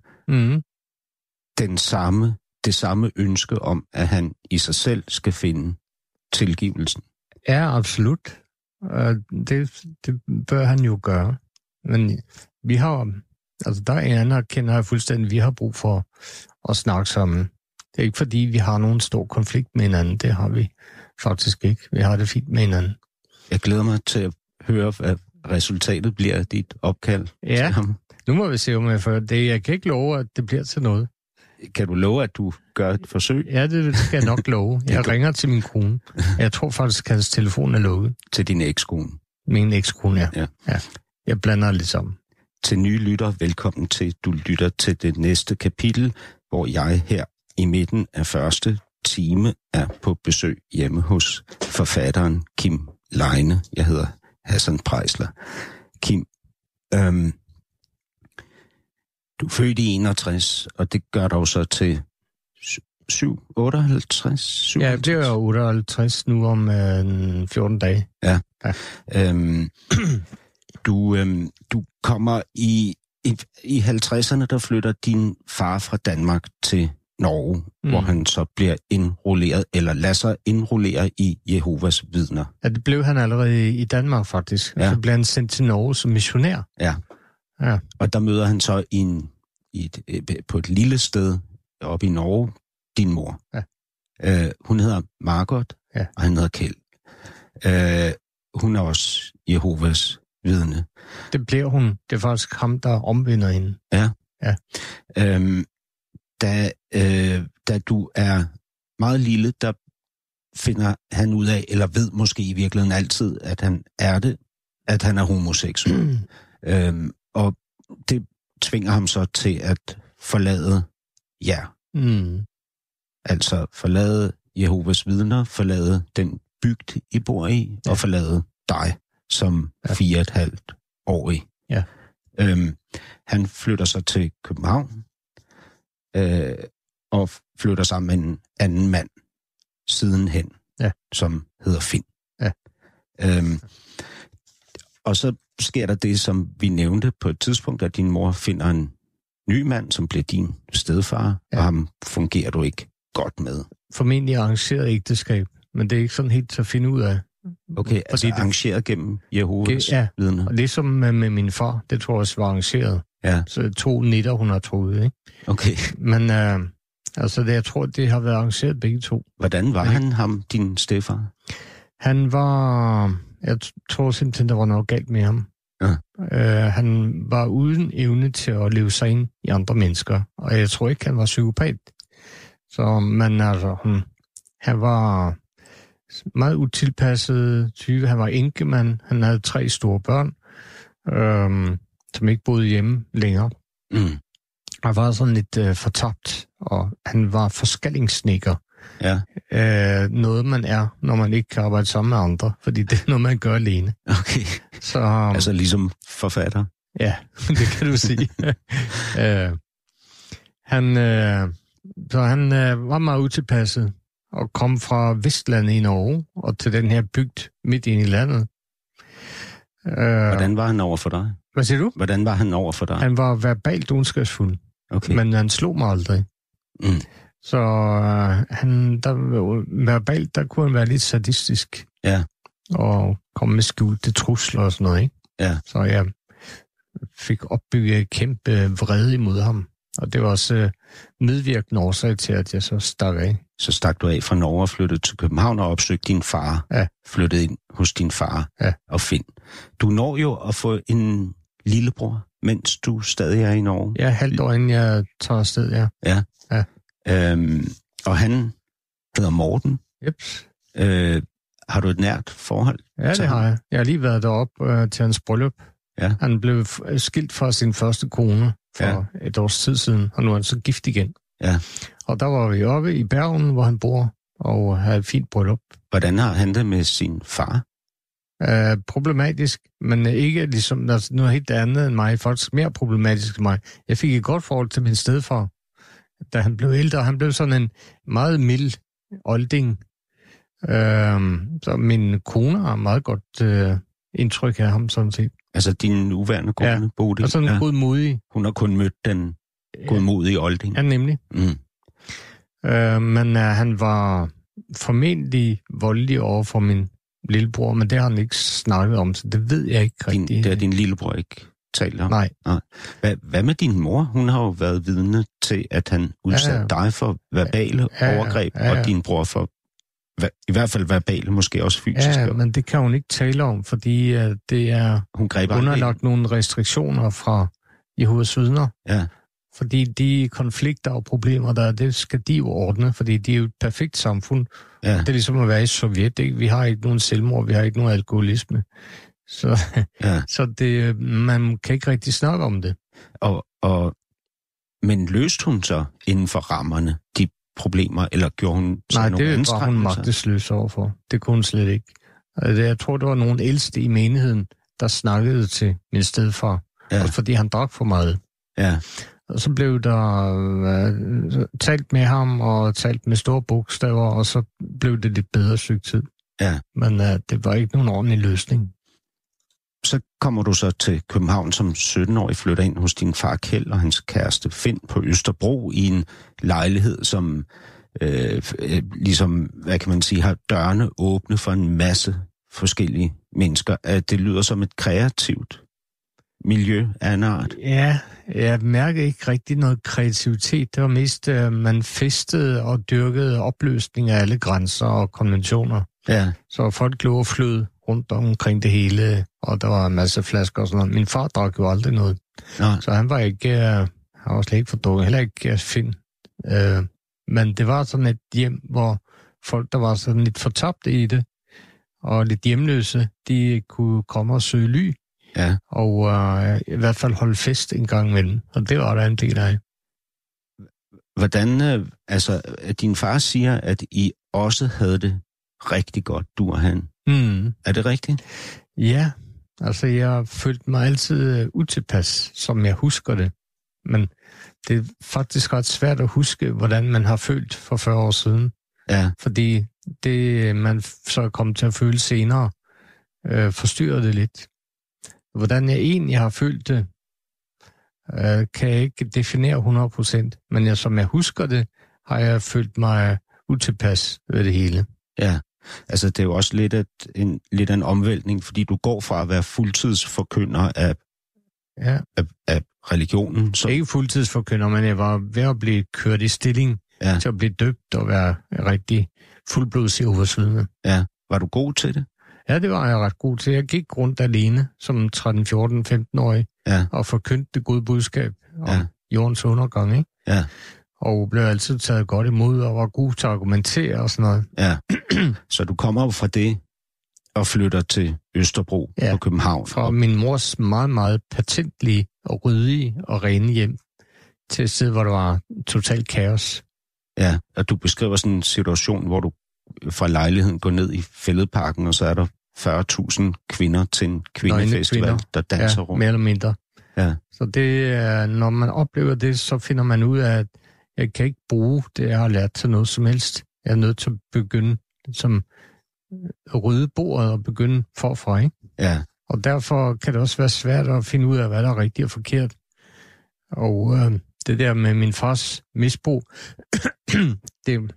Det samme ønske om, at han i sig selv skal finde tilgivelsen? Ja, absolut. Det bør han jo gøre. Men vi har, altså der anerkender jeg fuldstændig, vi har brug for at snakke sammen. Det er ikke fordi, vi har nogen stor konflikt med hinanden. Det har vi faktisk ikke. Vi har det fint med hinanden. Jeg glæder mig til at høre, resultatet bliver dit opkald til Ja, ham. nu må vi se, om jeg får det. Jeg kan ikke love, at det bliver til noget. Kan du love, at du gør et forsøg Ja, det skal jeg nok love. Jeg ringer til min kone. Jeg tror faktisk, at hans telefon er lukket. til din ekskone? Min ekskone, Ja. ja. Jeg blander lidt sammen. Til nye lytter, velkommen til. Du lytter til det næste kapitel, hvor jeg her i midten af første time er på besøg hjemme hos forfatteren Kim Leine. Jeg hedder Hassan Preisler. Kim, du er født i 61, og det gør dig så til 58? Ja, det er 58 nu om 14 dage. Ja. Du kommer i 50'erne, der flytter din far fra Danmark til Norge, hvor han så bliver indrulleret, eller lader sig indrullere i Jehovas vidner. Ja, det blev han allerede i Danmark faktisk. Ja. Så blev han sendt til Norge som missionær. Ja. Og der møder han så på et lille sted oppe i Norge din mor. Ja. Hun hedder Margot, og han hedder Kjeld. Hun er også Jehovas vidne. Det bliver hun. Det er faktisk ham, der omvender hende. Ja. Ja. Da du er meget lille, der finder han ud af, eller ved måske i virkeligheden altid, at han er homoseksuel. Og det tvinger ham så til at forlade jer. Altså forlade Jehovas vidner, forlade den bygd, I bor i, og forlade dig som 4,5-årig. Ja. Han flytter så til København, og flytter sammen med en anden mand sidenhen, som hedder Finn. Ja. Og så sker der det, som vi nævnte på et tidspunkt, at din mor finder en ny mand, som bliver din stedfar, og ham fungerer du ikke godt med. Formentlig arrangeret ægteskab, men det er ikke sådan helt til at finde ud af. Okay, altså arrangeret gennem Jehovas vidner. Og det som med min far, det tror jeg også var arrangeret. Ja. Så 2 nitter, hun har troet, ikke? Okay. Men jeg tror, det har været arrangeret begge to. Hvordan var han, din stedfar? Han var... Jeg tror simpelthen, der var noget galt med ham. Ja. Han var uden evne til at leve sig ind i andre mennesker, og jeg tror ikke, han var psykopat. Så, men altså, han var meget utilpasset type. Han var enkemand. Han havde 3 store børn, som ikke boede hjemme længere. Han var sådan lidt fortabt, og han var forskalingssnikker. Ja. Noget man er, når man ikke kan arbejde sammen med andre, fordi det er noget, man gør alene. Okay. Så, altså ligesom forfatter? Ja, det kan du sige. Han var meget utilpasset og kom fra Vestlandet i Norge og til den her bygd midt inde i landet. Hvordan var han over for dig? Hvad siger du? Hvordan var han over for dig? Han var verbalt ondskabsfuld, okay. men han slog mig aldrig. Så verbalt, der kunne han være lidt sadistisk. Ja. Og komme med skjulte trusler og sådan noget, ikke? Ja. Så jeg fik opbygget kæmpe vrede imod ham. Og det var også medvirkende årsag til, at jeg så stak af. Så stak du af fra Norge og flyttede til København og opsøgte din far. Ja. Flyttede ind hos din far og Finn. Du når jo at få en lillebror, mens du stadig er i Norge. Ja, halvt år inden jeg tager afsted, ja. Og han hedder Morten. Jeps. Har du et nært forhold? Ja, det har jeg. Jeg har lige været deroppe til hans bryllup. Ja. Han blev skilt fra sin første kone for et års tid siden, og nu er han så gift igen. Ja. Og der var vi oppe i Bergen, hvor han bor, og havde et fint bryllup. Hvordan har han det med sin far? Problematisk, men ikke ligesom noget helt andet end mig. Faktisk mere problematisk end mig. Jeg fik et godt forhold til min stedfar, da han blev ældre. Han blev sådan en meget mild olding. Så min kone har meget godt indtryk af ham, sådan set. Altså din nuværende kone, Bodil? Og sådan en godmodig. Hun har kun mødt den godmodige olding. Ja, nemlig. Men han var formentlig voldelig over for min lillebror, men det har han ikke snakket om, så det ved jeg ikke rigtigt. Det er din lillebror ikke talt om? Nej. Hvad med din mor? Hun har jo været vidne til, at han udsatte dig for verbale overgreb, og din bror for I hvert fald verbale, måske også fysisk. Ja, men det kan hun ikke tale om, fordi det er underlagt nogle restriktioner fra Jehovas vidner. Ja. Fordi de konflikter og problemer, der er, det skal de jo ordne, fordi de er jo et perfekt samfund. Ja. Det er ligesom at være i Sovjet, ikke? Vi har ikke nogen selvmord, vi har ikke nogen alkoholisme. Så det, man kan ikke rigtig snakke om det. Men løste hun så inden for rammerne de problemer, eller gjorde hun så nogle anstrengelser? Nej, det var hun magtesløs overfor. Det kunne hun slet ikke. Jeg tror, det var nogen ældste i menigheden, der snakkede til min stedfar, også fordi han drak for meget. Ja. Og så blev der talt med ham og talt med store bogstaver, og så blev det lidt bedre sygtid. Ja. Men det var ikke nogen ordentlig løsning. Så kommer du så til København som 17-årig, flytter ind hos din far Kjeld og hans kæreste Finn på Østerbro i en lejlighed, som ligesom, hvad kan man sige, har dørene åbne for en masse forskellige mennesker. Det lyder som et kreativt miljø af en art. Ja, jeg mærker ikke rigtig noget kreativitet. Det var mest, man festede og dyrkede opløsning af alle grænser og konventioner. Ja. Så folk lå og flød rundt omkring det hele, og der var en masse flasker og sådan noget. Min far drak jo aldrig noget. Nej. Så han var ikke, han var slet ikke for dukket, heller ikke Finn. Men det var sådan et hjem, hvor folk, der var sådan lidt fortabte i det, og lidt hjemløse, de kunne komme og søge ly. Ja. Og i hvert fald holde fest en gang imellem. Og det var der en del af. Hvordan, din far siger, at I også havde det rigtig godt, du og han. Er det rigtigt? Ja, altså jeg følte mig altid utilpas, som jeg husker det. Men det er faktisk ret svært at huske, hvordan man har følt for 40 år siden. Ja. Fordi det, man så kom til at føle senere, forstyrrede det lidt. Hvordan jeg egentlig har følt det, kan jeg ikke definere 100%. Men som jeg husker det, har jeg følt mig utilpas ved det hele. Ja, altså det er jo også lidt en omvæltning, fordi du går fra at være fuldtidsforkynder af religionen. Så... Ikke fuldtidsforkynder, men jeg var ved at blive kørt i stilling til at blive døbt og være rigtig fuldblods Jehovas vidne. Ja, var du god til det? Ja, det var jeg ret god til. Jeg gik rundt alene som 13, 14, 15-årig og forkyndte det gode budskab om jordens undergang, ikke? Ja. Og blev altid taget godt imod og var god til at argumentere og sådan noget. Ja, så du kommer jo fra det og flytter til Østerbro på København. Fra min mors meget, meget patentlige og ryddige og rene hjem til et sted, hvor der var totalt kaos. Ja, og du beskriver sådan en situation, hvor du fra lejligheden går ned i Fælledparken, og så er der 40.000 kvinder til en kvindefestival, der danser rundt. Mere eller mindre. Ja. Så det er, når man oplever det, så finder man ud af, at jeg kan ikke bruge det, jeg har lært til noget som helst. Jeg er nødt til at begynde som rydde bordet og begynde forfra, ikke? Ja. Og derfor kan det også være svært at finde ud af, hvad der er rigtigt og forkert. Og det der med min fars misbrug, det...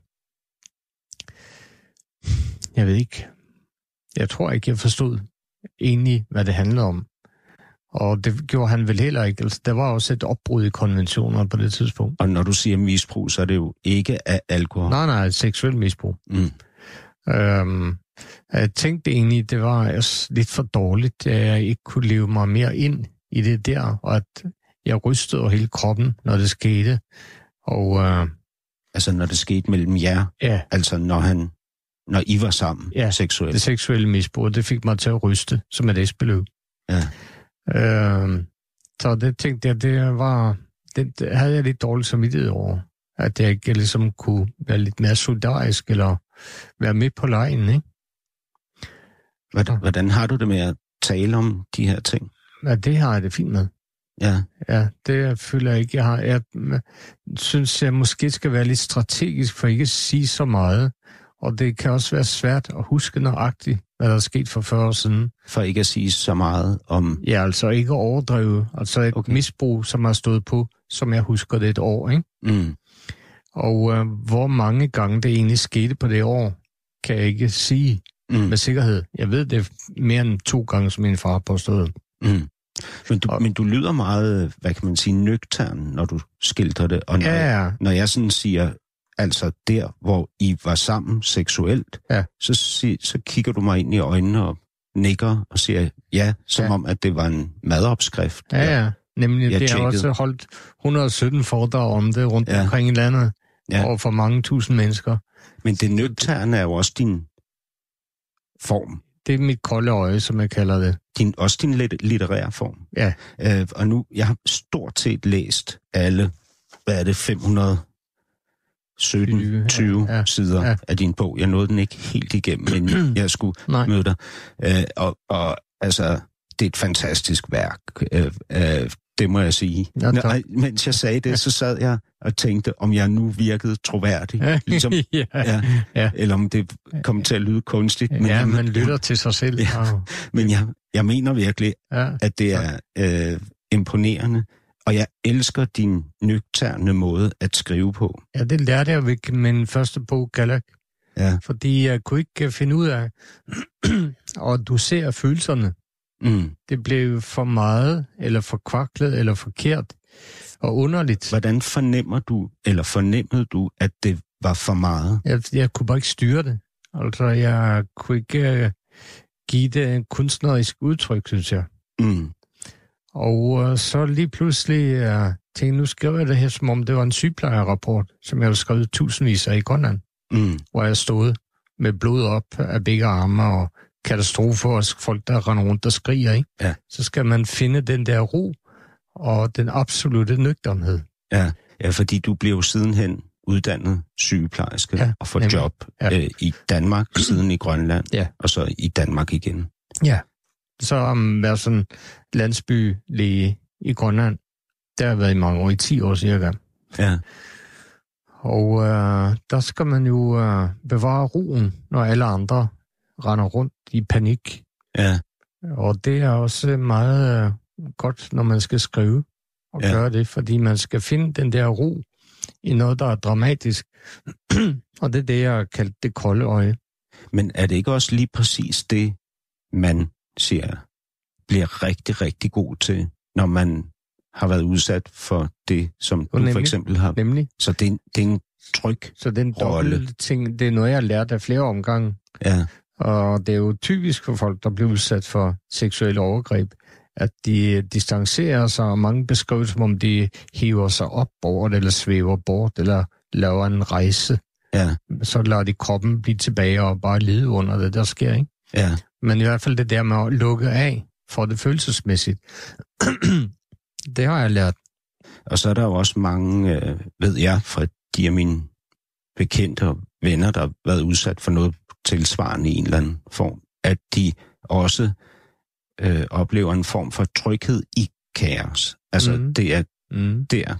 Jeg ved ikke. Jeg tror ikke, jeg forstod egentlig, hvad det handlede om. Og det gjorde han vel heller ikke. Altså, der var også et opbrud i konventioner på det tidspunkt. Og når du siger misbrug, så er det jo ikke af alkohol? Nej, seksuel misbrug. Jeg tænkte egentlig, det var lidt for dårligt, at jeg ikke kunne leve mig mere ind i det der, og at jeg rystede over hele kroppen, når det skete. Og, altså når det skete mellem jer? Ja. Altså når I var sammen seksuelt? Det seksuelle misbrug, det fik mig til at ryste, som et esbeløb. Ja. Så det tænkte jeg, det havde jeg lidt dårligt samvittighed over. At jeg ikke ligesom kunne være lidt mere solidarisk, eller være med på lejen, ikke? Hvordan har du det med at tale om de her ting? Ja, det har jeg det fint med. Ja. Ja, det føler jeg ikke, jeg har. Jeg synes, jeg måske skal være lidt strategisk, for ikke at sige så meget. Og det kan også være svært at huske nøjagtigt, hvad der er sket for 40 år siden. For ikke at sige så meget om... Ja, altså ikke at overdrive. Altså et misbrug, som har stået på, som jeg husker det et år, ikke? Mm. Og hvor mange gange det egentlig skete på det år, kan jeg ikke sige med sikkerhed. Jeg ved det mere end 2 gange, som min far påstod. Mm. Men du lyder meget, hvad kan man sige, nøgtern, når du skildrer det. Og når jeg sådan siger altså der, hvor I var sammen seksuelt, så kigger du mig ind i øjnene og nikker og siger ja, som om, at det var en madopskrift. Ja. Nemlig, det har også holdt 117 foredrag om det rundt omkring i landet, over for mange tusind mennesker. Men det nøgterne er jo også din form. Det er mit kolde øje, som jeg kalder det. Også din litterære form. Ja. Og nu, jeg har stort set læst alle, 520 sider af din bog. Jeg nåede den ikke helt igennem, men jeg skulle møde dig. Og altså, det er et fantastisk værk. Det må jeg sige. Mens jeg sagde det, så sad jeg og tænkte, om jeg nu virkede troværdig. Ligesom, eller om det kom til at lyde kunstigt. Men man lytter til sig selv. Men jeg mener virkelig, at det er imponerende. Og jeg elsker din nøgterne måde at skrive på. Ja, det lærte jeg ved min første bog, Galak. Ja. Fordi jeg kunne ikke finde ud af, og du ser følelserne. Det blev for meget, eller for kvaklet, eller forkert, og underligt. Hvordan fornemmede du, at det var for meget? Jeg kunne bare ikke styre det. Altså, jeg kunne ikke give det en kunstnerisk udtryk, synes jeg. Og så lige pludselig tænkte nu skriver jeg det her, som om det var en sygeplejerrapport, som jeg havde skrevet tusindvis af i Grønland, hvor jeg stod med blod op af begge arme og katastrofer og folk, der render rundt og skriger, ikke? Ja. Så skal man finde den der ro og den absolutte nøgternhed. Ja, fordi du blev sidenhen uddannet sygeplejerske og får job i Danmark, siden i Grønland, og så i Danmark igen. Ja, så har man været sådan landsbylæge i Grønland. Der har været i mange år, i 10 år cirka. Ja. Og der skal man jo bevare roen, når alle andre render rundt i panik. Ja. Og det er også meget godt, når man skal skrive og gøre det, fordi man skal finde den der ro i noget, der er dramatisk. Og det er det, jeg har kaldt det kolde øje. Men er det ikke også lige præcis det, man bliver rigtig, rigtig god til, når man har været udsat for det, som du for eksempel har? Nemlig. Så det er en tryg Så det er en dobbelt ting. Det er noget, jeg har lært af flere omgange. Ja. Og det er jo typisk for folk, der bliver udsat for seksuelle overgreb, at de distancerer sig, og mange beskriver som om de hiver sig op over det, eller svæver bort, eller laver en rejse. Ja. Så lader de kroppen blive tilbage og bare lide under det, der sker, ikke? Ja. Men i hvert fald det der med at lukke af for det følelsesmæssigt, det har jeg lært. Og så er der jo også mange, ved jeg, fra de af mine bekendte og venner, der har været udsat for noget tilsvarende i en eller anden form, at de også oplever en form for tryghed i kaos. Altså, det er der,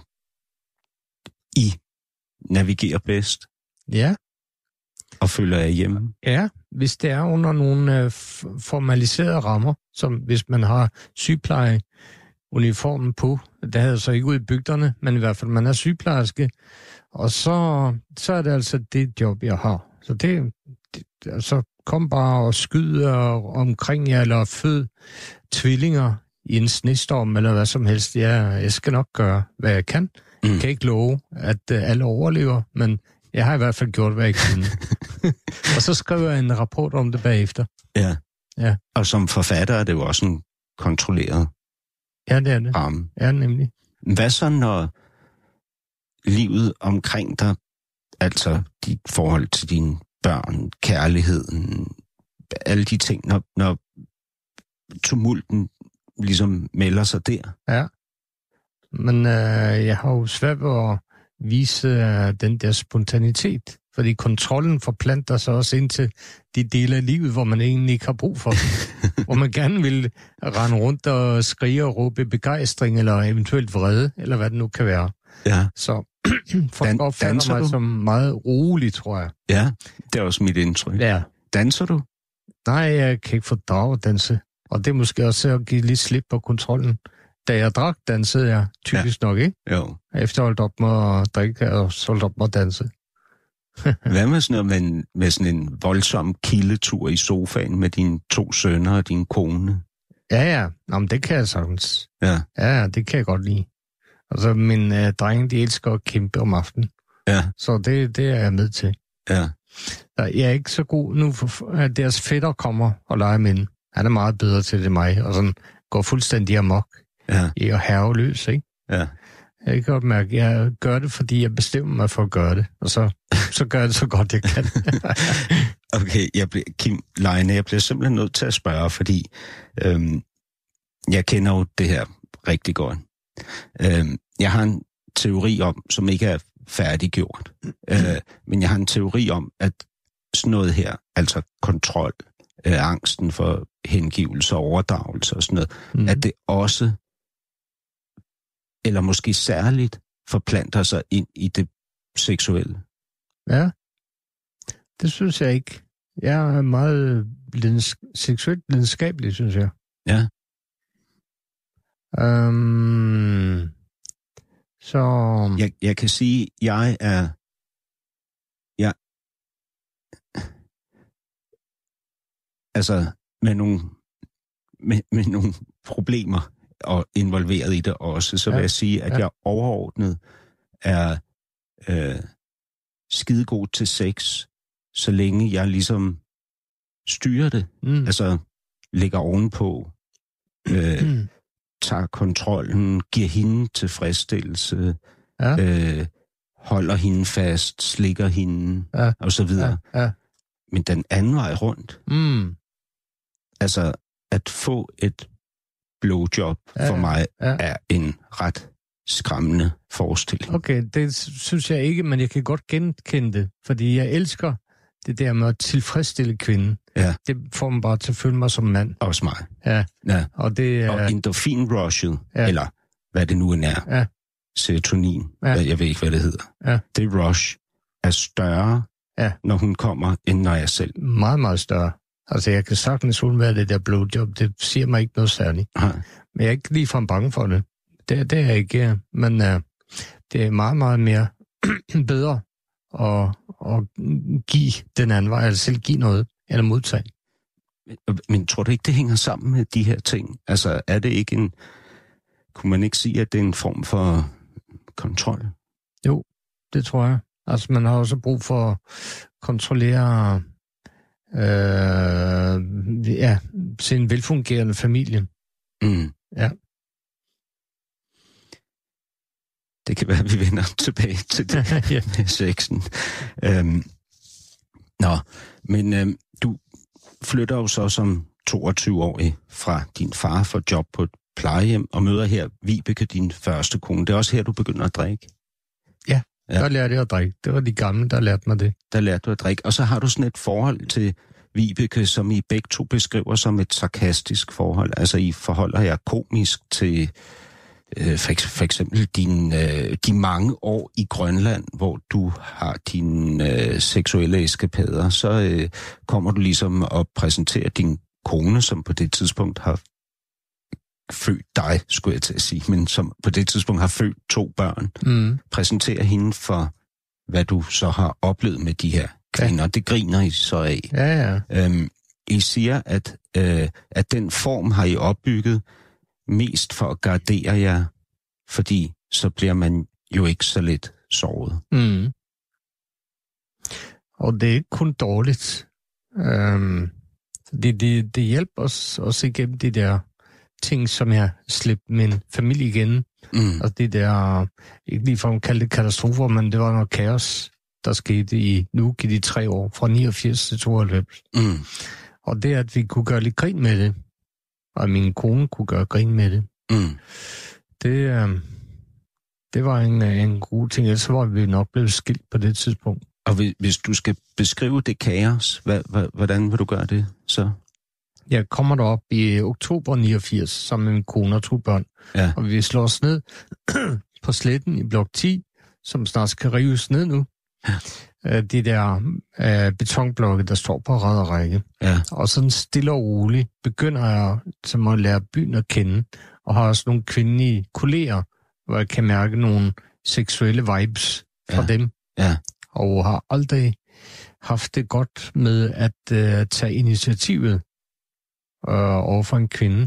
I navigerer bedst. Ja. Og føler jer hjemme. Ja, hvis det er under nogle formaliserede rammer, som hvis man har sygeplejeuniformen på, det havde så ikke ud i bygderne, men i hvert fald man er sygeplejerske, og så er det altså det job, jeg har. Så det altså kom bare og skyd omkring jer, eller fød tvillinger i en snestorm, eller hvad som helst. Ja, jeg skal nok gøre, hvad jeg kan. Jeg kan ikke love, at alle overlever, men jeg har i hvert fald gjort, hvad jeg kunne. Og så skriver jeg en rapport om det bagefter. Ja. Og som forfatter er det jo også en kontrolleret ramme. Ja, nemlig. Hvad så, når livet omkring dig, altså dit forhold til dine børn, kærligheden, alle de ting, når tumulten ligesom melder sig der? Ja, men jeg har jo svært ved at vise den der spontanitet, fordi kontrollen forplanter sig også ind til de dele af livet, hvor man egentlig ikke har brug for hvor man gerne vil rende rundt og skrige og råbe begejstring, eller eventuelt vrede, eller hvad det nu kan være. Ja. Så folk opfatter mig som meget rolig, tror jeg. Ja, det er også mit indtryk. Ja. Danser du? Nej, jeg kan ikke fordrage at danse. Og det er måske også at give lidt slip på kontrollen. Da jeg drak, dansede jeg typisk nok, ikke? Jo. Efter holdt op med at drikke, og så holdt op med at danse. Hvad med sådan noget med sådan en voldsom kildetur i sofaen med dine 2 sønner og din kone? Ja. Nå, men det kan jeg sagtens. Ja. Ja, det kan jeg godt lide. Altså, mine drenge, de elsker at kæmpe om aftenen. Ja. Så det er jeg med til. Ja. Jeg er ikke så god nu, at deres fætter kommer og leger med hende. Han er meget bedre til det end mig, og sådan går fuldstændig amok i at hærge løs, ikke? Ja. Jeg kan godt mærke, at jeg gør det, fordi jeg bestemmer mig for at gøre det, og så gør jeg det så godt, jeg kan. Okay, Kim Leine, jeg bliver simpelthen nødt til at spørge, fordi jeg kender jo det her rigtig godt. Jeg har en teori om, som ikke er færdiggjort, men jeg har en teori om, at sådan noget her, altså kontrol, angsten for hengivelse og overdragelse og sådan noget, at det også, eller måske særligt, forplanter sig ind i det seksuelle. Ja, det synes jeg ikke. Jeg er meget seksuelt lidenskabelig, synes jeg. Ja. Så... Jeg kan sige, jeg er... Altså, med nogle problemer og involveret i det også, så vil jeg sige, at jeg overordnet er skidegod til sex, så længe jeg ligesom styrer det. Altså, ligger ovenpå, tager kontrollen, giver hende tilfredsstillelse, holder hende fast, slikker hende, og så videre. Ja. Men den anden vej rundt, altså at få et blowjob for mig er en ret skræmmende forestilling. Okay, det synes jeg ikke, men jeg kan godt genkende det, fordi jeg elsker det der med at tilfredsstille kvinden. Ja. Det får man bare til at føle mig som mand. Også mig. Ja. Og endorfin-rushet, eller hvad det nu end er, serotonin, jeg ved ikke, hvad det hedder. Ja. Det rush er større, når hun kommer, end når jeg selv. Meget, meget større. Altså, jeg kan sagtens undvære det der blowjob. Det siger mig ikke noget særligt. Nej. Men jeg er ikke ligefrem bange for det. Det er jeg ikke. Men det er meget, meget mere bedre at give den anden vej, eller selv give noget, eller modtage. Men tror du ikke, det hænger sammen med de her ting? Altså, er det ikke kunne man ikke sige, at det er en form for kontrol? Jo, det tror jeg. Altså, man har også brug for at kontrollere sin velfungerende familie. Ja. Det kan være, at vi vender tilbage til det med sexen. Men du flytter jo så som 22-årig fra din far for job på et plejehjem og møder her Vibeke, din første kone. Det er også her, du begynder at drikke. Ja, der lærte jeg at drikke. Det var de gamle, der lærte mig det. Der lærte du at drikke. Og så har du sådan et forhold til Vibeke, som I begge to beskriver som et sarkastisk forhold. Altså, I forholder jer komisk til for eksempel de mange år i Grønland, hvor du har dine seksuelle eskapader. Så kommer du ligesom og præsenterer din kone, som på det tidspunkt har født dig, skulle jeg til at sige, men som på det tidspunkt har født 2 børn. Præsenterer hende for, hvad du så har oplevet med de her kvinder. Det griner I så af. Ja. I siger, at den form har I opbygget mest for at gardere jer, fordi så bliver man jo ikke så let såret. Og det er ikke kun dårligt. Det hjælper os også igennem de der ting, som jeg slæbte min familie igen. Og det der, ikke lige for at kalde det katastrofer, men det var noget kaos, der skete i Nuuk i de 3 år, fra 89 til 92. Og det, at vi kunne gøre lidt grin med det, og min kone kunne gøre grin med det, det var en god ting. Ellers var vi nok blevet skilt på det tidspunkt. Og hvis du skal beskrive det kaos, hvordan vil du gøre det så? Jeg kommer derop i oktober 89 sammen med min kone og 2 børn. Ja. Og vi slår os ned på sletten i blok 10, som snart skal rives ned nu. Ja. De der betonblokke, der står på rad og række. Ja. Og sådan stille og roligt begynder jeg som at lære byen at kende, og har også nogle kvindelige kolleger, hvor jeg kan mærke nogle seksuelle vibes fra dem. Ja. Og har aldrig haft det godt med at tage initiativet over for en kvinde.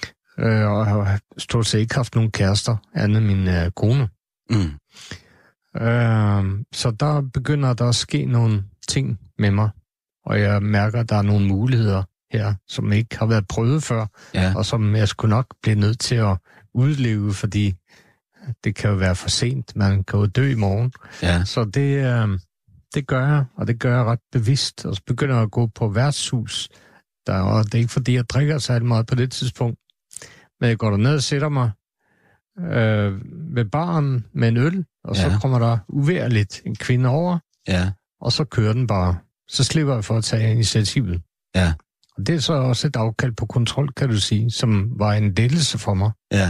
Og har stort set ikke haft nogen kærester, andet min kone. Så der begynder der at ske nogle ting med mig, og jeg mærker, at der er nogle muligheder her, som ikke har været prøvet før, og som jeg skulle nok blive nødt til at udleve, fordi det kan jo være for sent. Man kan jo dø i morgen. Ja. Så det gør jeg, og det gør jeg ret bevidst. Og så begynder jeg at gå på værtshus. Og det er ikke fordi, jeg drikker særlig meget på det tidspunkt. Men jeg går derned og sætter mig ved baren med en øl, og så kommer der uværligt en kvinde over, og så kører den bare. Så slipper jeg for at tage initiativet. Ja. Og det er så også et afkald på kontrol, kan du sige, som var en lettelse for mig. Ja.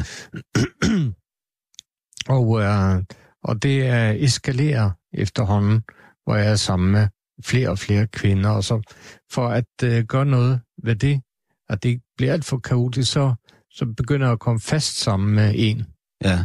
Og det eskalerer efterhånden, hvor jeg er sammen med flere og flere kvinder, og så for at gøre noget ved det, at det ikke bliver alt for kaotisk, så begynder jeg at komme fast sammen med en. Ja.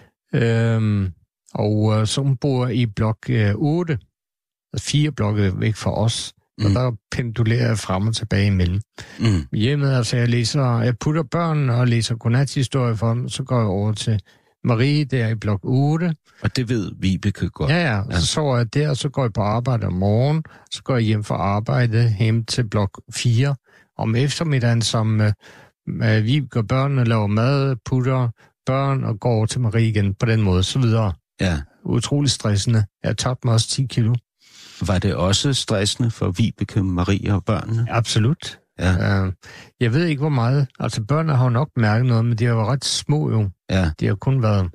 Så hun bor i blok 8, 4 blokke væk fra os, og der pendulerer jeg frem og tilbage imellem. Hjemmet, altså jeg putter børn og læser godnathistorie for dem, så går jeg over til Marie, der i blok 8. Og det ved Vibeke godt. Ja. Så sover jeg der, så går jeg på arbejde om morgenen, så går jeg hjem fra arbejde hen til blok 4. Om eftermiddagen, som Vibeke og børnene laver mad, putter børn og går over til Marie igen på den måde, så videre. Ja. Utrolig stressende. Jeg tabte mig også 10 kilo. Var det også stressende for Vibeke, Marie og børnene? Absolut. Ja. Jeg ved ikke, hvor meget. Altså, børnene har jo nok mærket noget, men de har været ret små jo. Ja. De har kun været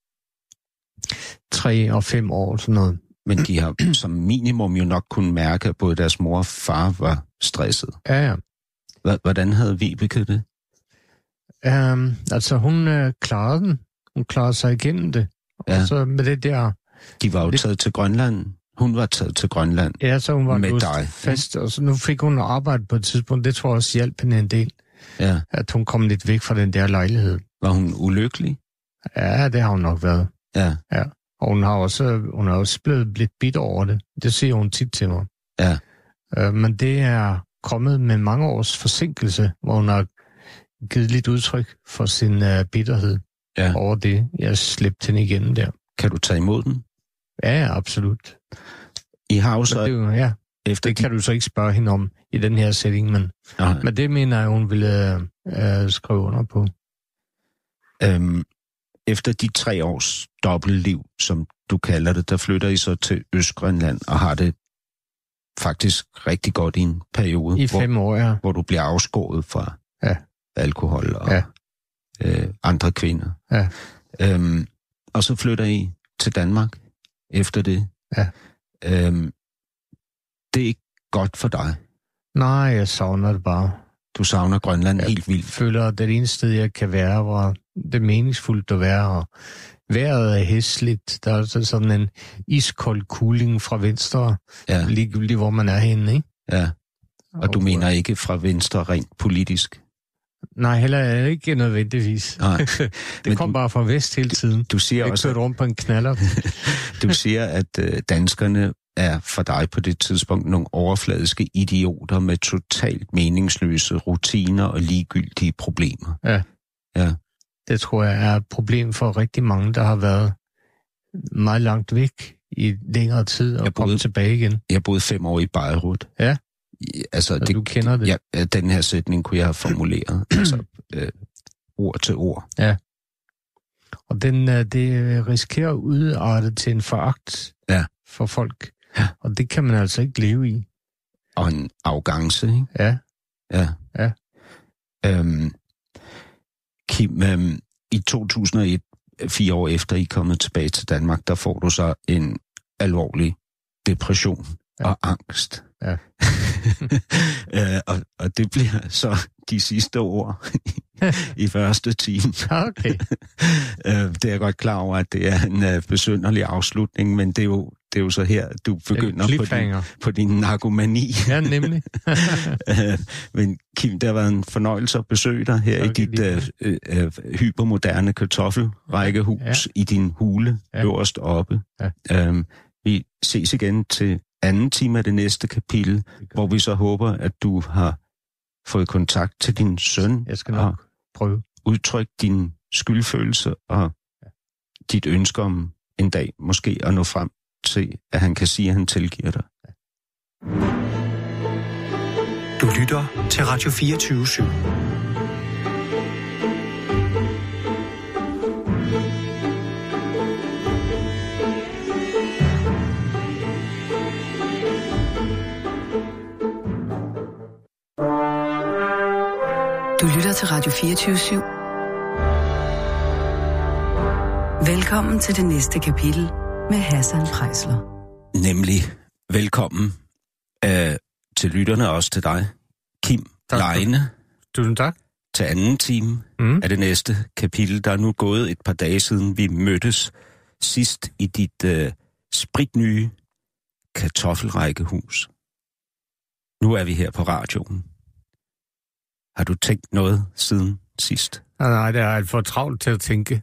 3 og 5 år, sådan noget. Men de har som minimum jo nok kunnet mærke, at både deres mor og far var stresset. Ja. Hvordan havde Vibeke det? Altså, hun klarede den. Hun klarede sig igennem det. Ja. Og så med det der... De var jo taget til Grønland. Hun var taget til Grønland. Ja, så hun var med dig. Fast, og så nu fik hun arbejde på et tidspunkt. Det tror jeg også hjalp hende en del. Ja. At hun kom lidt væk fra den der lejlighed. Var hun ulykkelig? Ja, det har hun nok været. Ja. Og hun har også blevet lidt bitter over det. Det siger hun tit til mig. Ja. Men det er kommet med mange års forsinkelse, hvor hun har givet lidt udtryk for sin bitterhed over det. Jeg slæbte hende igennem der. Kan du tage imod den? Ja, absolut. I har også... Det kan du så ikke spørge hende om i den her setting, men det mener jeg, hun ville skrive under på. Efter de 3 års dobbeltliv, som du kalder det, der flytter I så til Østgrønland og har det faktisk rigtig godt i en periode. I 5 år, ja. Hvor du bliver afskåret fra alkohol og andre kvinder. Ja. Og så flytter I til Danmark efter det. Ja. Det er ikke godt for dig. Nej, jeg savner det bare. Du savner Grønland helt vildt. Jeg føler, at det eneste sted, jeg kan være, hvor det er meningsfuldt at være, og vejret er hæsligt. Der er sådan en iskold kuling fra venstre, lige hvor man er henne, ikke? Ja, og du mener ikke fra venstre rent politisk? Nej, heller ikke nødvendigvis. Nej. Det kom bare fra vest hele tiden. Du siger jeg også, kørte rundt på en knaller. Du siger, at danskerne er for dig på det tidspunkt nogle overfladiske idioter med totalt meningsløse rutiner og ligegyldige problemer. Ja. Det tror jeg er et problem for rigtig mange, der har været meget langt væk i længere tid og kommet tilbage igen. Jeg boede 5 år i Beirut. Ja. Altså, du kender det. Ja, den her sætning kunne jeg have formuleret. Altså, ord til ord. Ja. Og det risikerer at udarte til en foragt for folk. Ja. Og det kan man altså ikke leve i. Og en arrogance, ikke? Ja. Kim, i 2001, 4 år efter I er kommet tilbage til Danmark, der får du så en alvorlig depression og angst. Ja. og det bliver så de sidste ord i første time. Okay. Det er jeg godt klar over, at det er en besynderlig afslutning, men det er jo så her, du begynder på din narkomani. Ja, nemlig. Men Kim, det har været en fornøjelse at besøge dig her i dit hypermoderne kartoffelrækkehus i din hule øverst oppe. Ja. Vi ses igen til 2. time af det næste kapitel, hvor vi så håber, at du har fået kontakt til din søn. Jeg skal nok prøve. Udtrykke din skyldfølelse og dit ønske om en dag måske at nå frem til, at han kan sige, at han tilgiver dig. Du lytter til Radio 24/7. Du lytter til Radio 24/7. Velkommen til det næste kapitel med Hassan Preisler. Nemlig velkommen til lytterne, også til dig, Kim Leine. Tusind tak. Til anden time af det næste kapitel. Der er nu gået et par dage siden, vi mødtes sidst i dit spritnye kartoffelrækkehus. Nu er vi her på radioen. Har du tænkt noget siden sidst? Nej, det er alt for travlt til at tænke.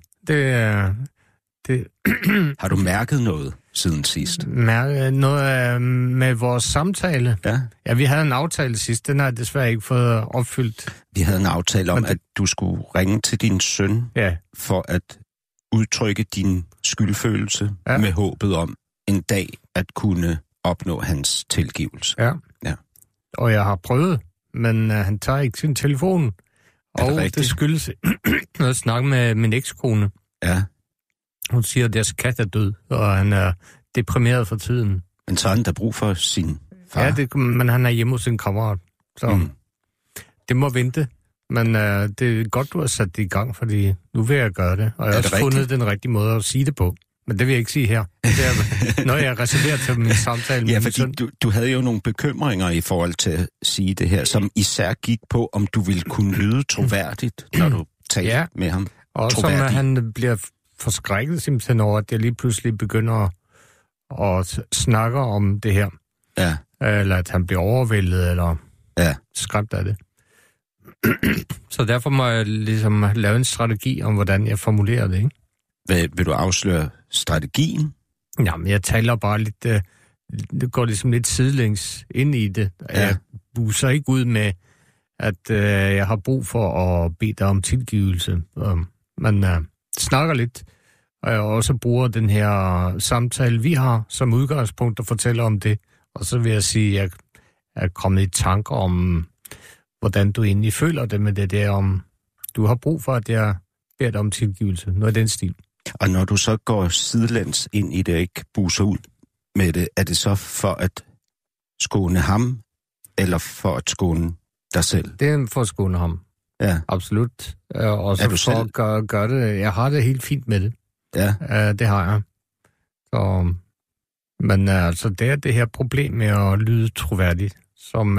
Har du mærket noget siden sidst? Noget med vores samtale? Ja. Ja, vi havde en aftale sidst. Den har jeg desværre ikke fået opfyldt. Vi havde en aftale om, at du skulle ringe til din søn, for at udtrykke din skyldfølelse med håbet om en dag at kunne opnå hans tilgivelse. Ja. Og jeg har prøvet, men han tager ikke sin telefon. Og det skyldes noget snak med min ekskone. Ja. Hun siger, at deres kat er død, og han er deprimeret for tiden. Men så har han da brug for sin far? Ja, men han er hjemme hos sin kammerat. Så det må vente. Men det er godt, du har sat det i gang, fordi nu vil jeg gøre det. Og jeg har også fundet den rigtige måde at sige det på. Men det vil jeg ikke sige her. Det er, når jeg reserverer til min samtale med min søn. Du havde jo nogle bekymringer i forhold til at sige det her, som især gik på, om du ville kunne lyde troværdigt, når du talte med ham. Og som han bliver forskrækket simpelthen over, at jeg lige pludselig begynder at snakke om det her. Ja. Eller at han bliver overvældet, eller skræmt af det. Så derfor må jeg ligesom lave en strategi om, hvordan jeg formulerer det, ikke? Vil du afsløre strategien? Jamen, jeg taler bare lidt... Det går ligesom lidt sidelæns ind i det. Ja. Jeg buser ikke ud med, at jeg har brug for at bede dig om tilgivelse. Man snakker lidt, og jeg også bruger den her samtale, vi har, som udgangspunkt og fortæller om det. Og så vil jeg sige, at jeg er kommet i tanker om, hvordan du egentlig føler det med det der, om du har brug for, at jeg beder dig om tilgivelse. Noget af den stil. Og når du så går sidelæns ind i det og ikke buser ud med det, er det så for at skåne ham, eller for at skåne dig selv? Det er for at skåne ham. Ja. Absolut. Og så for at gøre det. Jeg har det helt fint med det. Ja. Det har jeg. Så, men altså, det er det her problem med at lyde troværdigt, som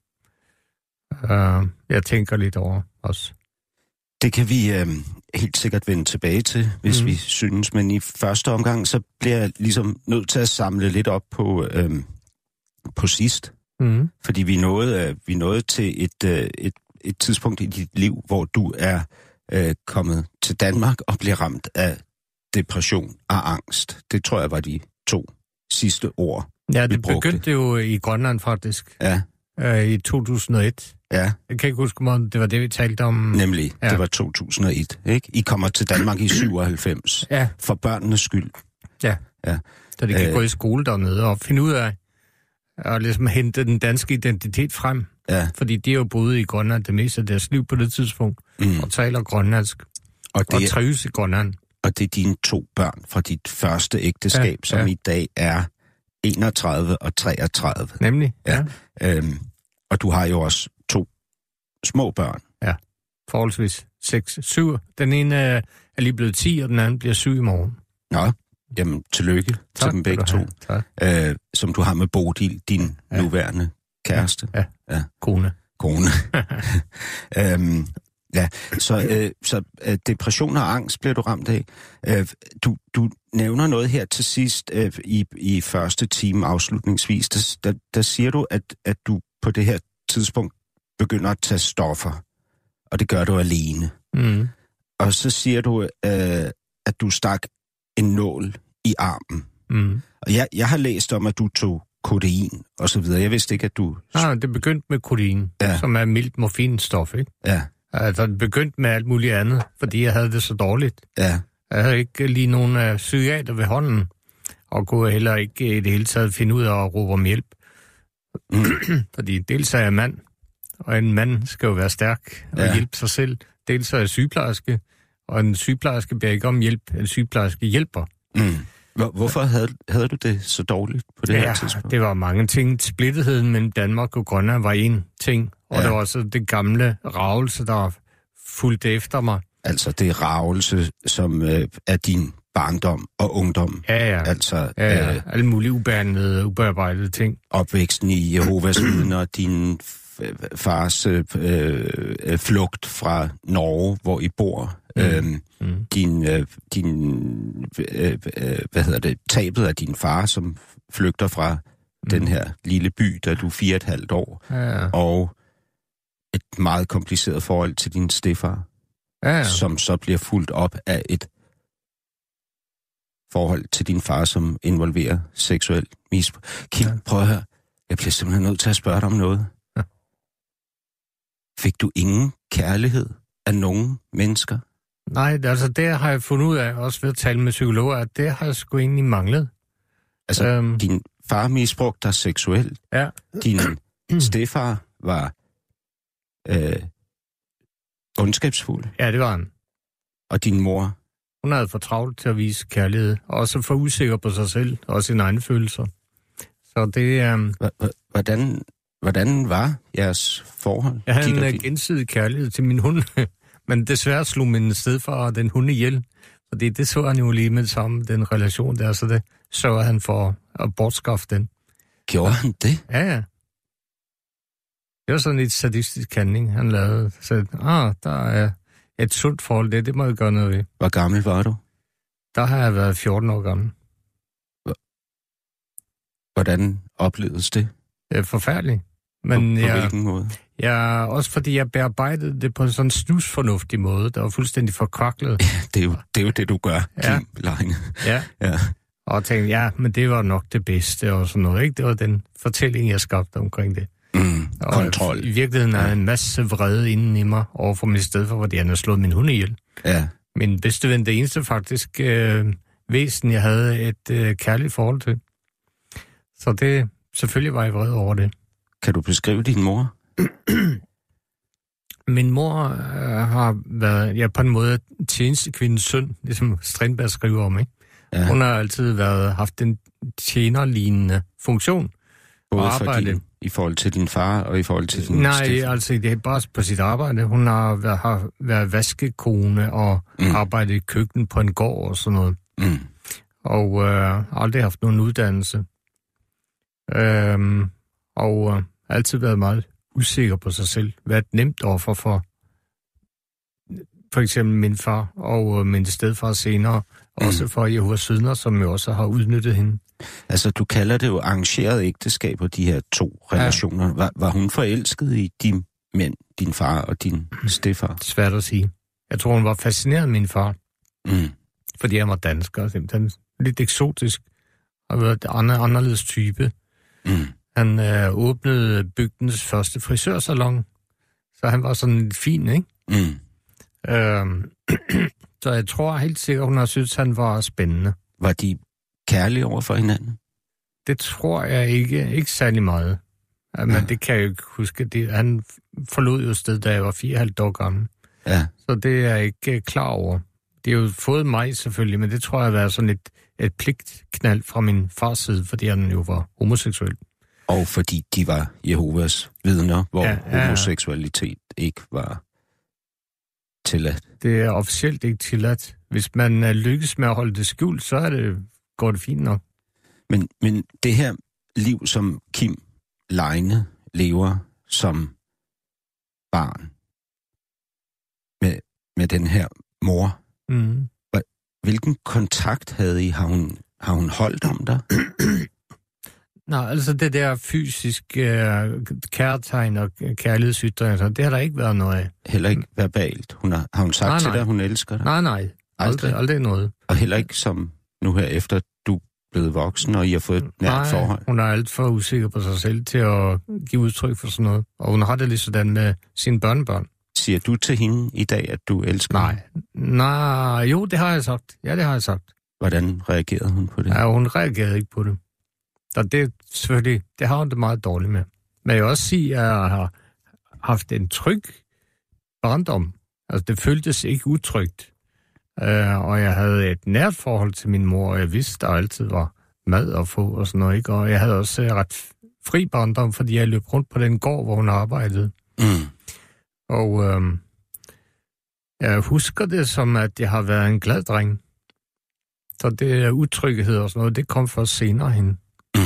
jeg tænker lidt over også. Det kan vi helt sikkert vende tilbage til, hvis vi synes. Men i første omgang, så bliver jeg ligesom nødt til at samle lidt op på sidst. Fordi vi nåede til et tidspunkt i dit liv, hvor du er kommet til Danmark og bliver ramt af depression og angst. Det tror jeg var de 2 sidste ord, ja, det begyndte jo i Grønland faktisk. Ja. I 2001. Ja. Jeg kan ikke huske, om det var det, vi talte om. Nemlig, det var 2001, ikke? I kommer til Danmark i 97. Ja. For børnenes skyld. Ja. Så det kan gå i skole dernede og finde ud af at ligesom hente den danske identitet frem. Ja. Fordi de er jo boet i Grønland det meste af deres liv på det tidspunkt, og taler grønlandsk. Og trives i Grønland. Og det er dine 2 børn fra dit første ægteskab, som i dag er 31 og 33. Nemlig, ja. Og du har jo også 2 små børn. Ja, forholdsvis 6, 7. Den ene er lige blevet 10, og den anden bliver 7 i morgen. Nå, jamen tillykke til dem begge 2. Som du har med Bodil, din nuværende kæreste. Ja. Kone. Så depression og angst bliver du ramt af. Du nævner noget her til sidst i første time afslutningsvis. Der siger du, at du på det her tidspunkt begynder at tage stoffer, og det gør du alene. Og så siger du, at du stak en nål i armen. Og jeg har læst om, at du tog kodein og så videre. Jeg vidste ikke, at du... det begyndte med kodein, som er mildt morfinstof, ikke? Ja. Altså, det begyndte med alt muligt andet, fordi jeg havde det så dårligt. Ja. Jeg havde ikke lige nogen psykiater ved hånden, og kunne heller ikke i det hele taget finde ud af at råbe om hjælp. Fordi dels er jeg mand, og en mand skal jo være stærk og hjælpe sig selv. Dels er jeg sygeplejerske, og en sygeplejerske beder ikke om hjælp. En sygeplejerske hjælper. Hvorfor havde du det så dårligt på det her tidspunkt? Det var mange ting. Splittetheden mellem Danmark og Grønland var en ting, og der var også det gamle ravelse, der fulgte efter mig. Altså det ravelse, som er din barndom og ungdom. Altså, alle mulige ubearbejdede ting. Opvæksten i Jehovas vidner, din fars flugt fra Norge, hvor I bor, tabet af din far, som flygter fra den her lille by, da du er 4,5 år, og et meget kompliceret forhold til din stedfar, som så bliver fulgt op af et forhold til din far, som involverer seksuel misbrug. Kim, prøv at høre. Jeg bliver simpelthen nødt til at spørge dig om noget. Ja. Fik du ingen kærlighed af nogen mennesker? Nej, altså det har jeg fundet ud af, også ved at tale med psykologer, at det har jeg sgu egentlig manglet. Altså, din far misbrugte dig seksuelt. Ja. Din stedfar var ondskabsfuld. Ja, det var han. Og din mor? Hun havde for travlt til at vise kærlighed, og også for usikker på sig selv, og sine egne følelser. Så det... Hvordan var jeres forhold? Jeg havde en gensidig kærlighed til min hund, men desværre slog min stedfar den hund ihjel. Fordi det så han jo lige med sammen, den relation der, så det sørger han for at bortskaffe den. Gjorde han det? Ja. Det var sådan et sadistisk handling, han lavede. Så der er et sundt forhold, det må jeg gøre noget ved. Hvor gammel var du? Der har jeg været 14 år gammel. Hvordan oplevedes det? Det er forfærdeligt. Men på hvilken måde? Også fordi jeg bearbejdede det på en sådan snusfornuftig måde, der var fuldstændig forkvaklet. Ja, det er jo det, du gør, Kim Leine. Ja. Og tænkte, men det var nok det bedste og sådan noget, ikke? Det var den fortælling, jeg skabte omkring det. Kontrol. I virkeligheden er en masse vrede inden i mig overfor min stedfar, fordi han havde slået min hund ihjel. Ja. Min bedste ven, det eneste faktisk væsen, jeg havde et kærligt forhold til. Så det, selvfølgelig var jeg vred over det. Kan du beskrive din mor? Min mor har været, på en måde, tjenestekvindens søn, ligesom Strindberg skriver om, ikke? Ja. Hun har altid haft en tjenerlignende funktion. Både i forhold til din far og i forhold til din stedfar? Altså det er bare på sit arbejde. Hun har været vaskekone og arbejdet i køkken på en gård og sådan noget. Og aldrig haft nogen uddannelse. Og altid været meget usikker på sig selv. Været et nemt offer for eksempel min far og min stedfar senere. Også for Jehovas vidner, som jo også har udnyttet hende. Altså, du kalder det jo arrangeret ægteskab og de her to relationer. Var hun forelsket i de mænd, din far og din stedfar? Svært at sige. Jeg tror, hun var fascineret af min far. Fordi han var dansker. Simpelthen lidt eksotisk. Og været en anderledes type. Han åbnede bygdens første frisørsalon. Så han var sådan lidt fin, ikke? Så jeg tror helt sikkert, hun har syntes, han var spændende. Var de kærlige over for hinanden? Det tror jeg ikke særlig meget. Men det kan jeg jo ikke huske. Han forlod jo sted, da jeg var 4,5 år gammel. Ja. Så det er jeg ikke klar over. De har jo fået mig selvfølgelig, men det tror jeg har været sådan et pligtknald fra min fars side, fordi han jo var homoseksuel. Og fordi de var Jehovas vidner, hvor homoseksualitet ikke var tilladt. Det er officielt ikke tilladt. Hvis man lykkes med at holde det skjult, så går det fint nok. Men det her liv, som Kim Leine lever som barn med den her mor, hvilken kontakt havde I? Har hun holdt om dig? Nej, altså det der fysiske kærtegn og kærlighedsytringer, det har der ikke været noget af. Heller ikke verbalt? Har hun sagt til dig, at hun elsker dig? Nej. Aldrig noget. Og heller ikke som nu her efter du er blevet voksen, og I har fået et nært forhold? Hun er alt for usikker på sig selv til at give udtryk for sådan noget. Og hun har det lige sådan med sine børnebørn. Siger du til hende i dag, at du elsker hende? Nej, jo, det har jeg sagt. Ja, det har jeg sagt. Hvordan reagerede hun på det? Ja, hun reagerede ikke på det. Så det selvfølgelig, det har hun det meget dårligt med. Men jeg vil også sige, at jeg har haft en tryg barndom. Altså, det føltes ikke utrygt. Og jeg havde et nært forhold til min mor, og jeg vidste, der altid var mad at få og sådan noget, ikke? Og jeg havde også ret fri barndom, fordi jeg løb rundt på den gård, hvor hun arbejdede. Mm. Og jeg husker det som, at jeg har været en glad dreng. Så det er utryghed og sådan noget, det kom først senere hen,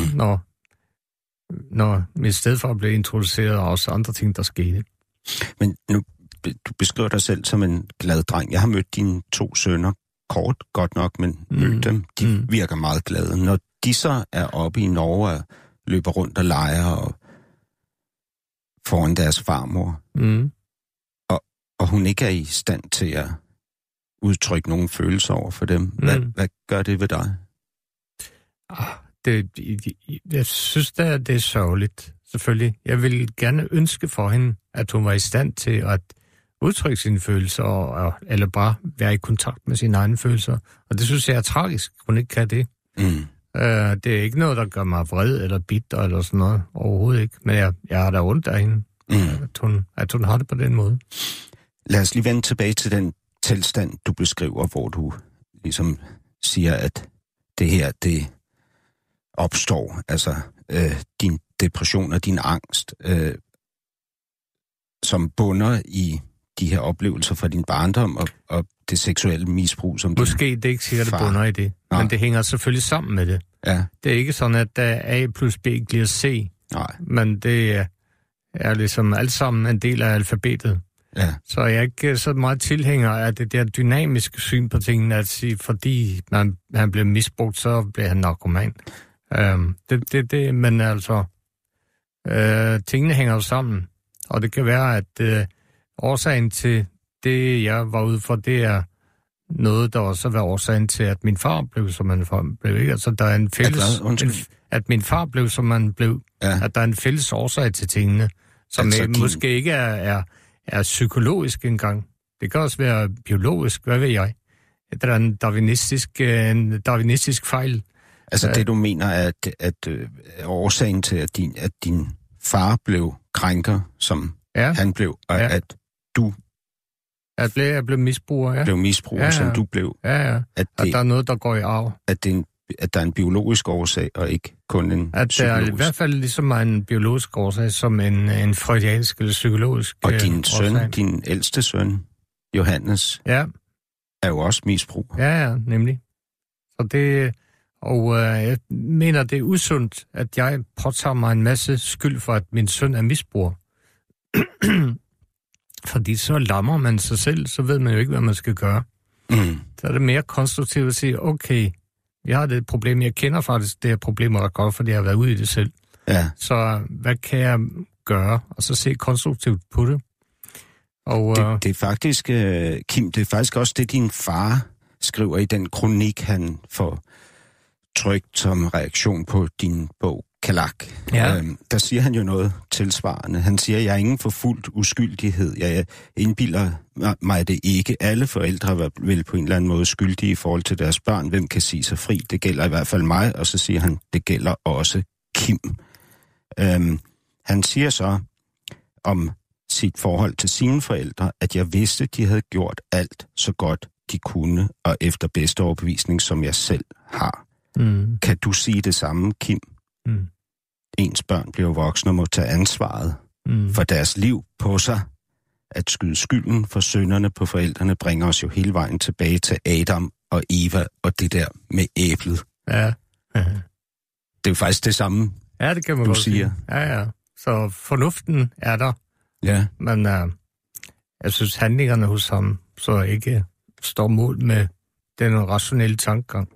når min stedfar blev introduceret, og også andre ting, der skete. Men nu, du beskriver dig selv som en glad dreng. Jeg har mødt dine 2 sønner kort, godt nok, men mødt dem. De virker meget glade. Når de så er oppe i Norge og løber rundt og leger og foran deres farmor, og hun ikke er i stand til at udtrykke nogle følelser over for dem, hvad gør det ved dig? Jeg synes da, det er sørgeligt, selvfølgelig. Jeg vil gerne ønske for hende, at hun var i stand til at udtrykke sine følelser, eller bare være i kontakt med sine egne følelser. Og det synes jeg er tragisk, hun ikke kan det. Det er ikke noget, der gør mig vred eller bitter eller sådan noget, overhovedet ikke. Men jeg har da ondt af hende, at hun har det på den måde. Lad os lige vende tilbage til den tilstand, du beskriver, hvor du ligesom siger, at det her, det opstår, altså din depression og din angst, som bunder i de her oplevelser fra din barndom og det seksuelle misbrug, som måske det er ikke sikkert, det bunder i det, men det hænger selvfølgelig sammen med det. Ja. Det er ikke sådan, at der A plus B bliver C, men det er ligesom alt sammen en del af alfabetet. Ja. Så jeg er ikke så meget tilhænger af det der dynamiske syn på tingene, at sige, fordi han blev misbrugt, så blev han narkoman. Men altså, tingene hænger jo sammen, og det kan være, at årsagen til det, jeg var ude for, det er noget, der også var årsagen til, at min far blev, som han blev. Ikke? Altså, der er en fælles... at min far blev, som han blev. Ja. At der er en fælles årsag til tingene, som altså, måske ikke er psykologisk engang. Det kan også være biologisk, hvad ved jeg. Der er en darwinistisk fejl. Altså det, du mener, at årsagen til, at din far blev krænker, som han blev, og at du... Jeg blev misbruger, ja. Blev misbruger, som du blev. Ja. At der er noget, der går i arv. At der er en biologisk årsag, og ikke kun en psykologisk. At der er i hvert fald ligesom en biologisk årsag, som en freudiansk eller psykologisk årsag. Og din søn, din ældste søn, Johannes, er jo også misbruger. Ja, nemlig. Så det... Og jeg mener, det er usundt, at jeg påtager mig en masse skyld for, at min søn er misbruger. Fordi så lammer man sig selv, så ved man jo ikke, hvad man skal gøre. Så er det mere konstruktivt at sige, okay, jeg har det problem, jeg kender faktisk det her problem, der godt, fordi jeg har været ude i det selv. Ja. Så hvad kan jeg gøre? Og så se konstruktivt på det. Og, det er faktisk, Kim, det er faktisk også det, din far skriver i den kronik, han får trykt som reaktion på din bog, Kalak. Ja. Der siger han jo noget tilsvarende. Han siger, jeg er ingen forfulgt uskyldighed. Jeg indbilder mig det ikke. Alle forældre er vel på en eller anden måde skyldige i forhold til deres børn. Hvem kan sige sig fri? Det gælder i hvert fald mig. Og så siger han, det gælder også Kim. Han siger så om sit forhold til sine forældre, at jeg vidste, de havde gjort alt så godt de kunne, og efter bedste overbevisning, som jeg selv har. Kan du sige det samme, Kim? Ens børn bliver voksne og må tage ansvaret for deres liv på sig. At skyde skylden for synderne på forældrene bringer os jo hele vejen tilbage til Adam og Eva og det der med æblet. Ja. Det er jo faktisk det samme, det kan man du siger. Ja. Så fornuften er der. Ja. Men jeg synes, handlingerne hos ham så ikke står mål med den rationelle tankegang.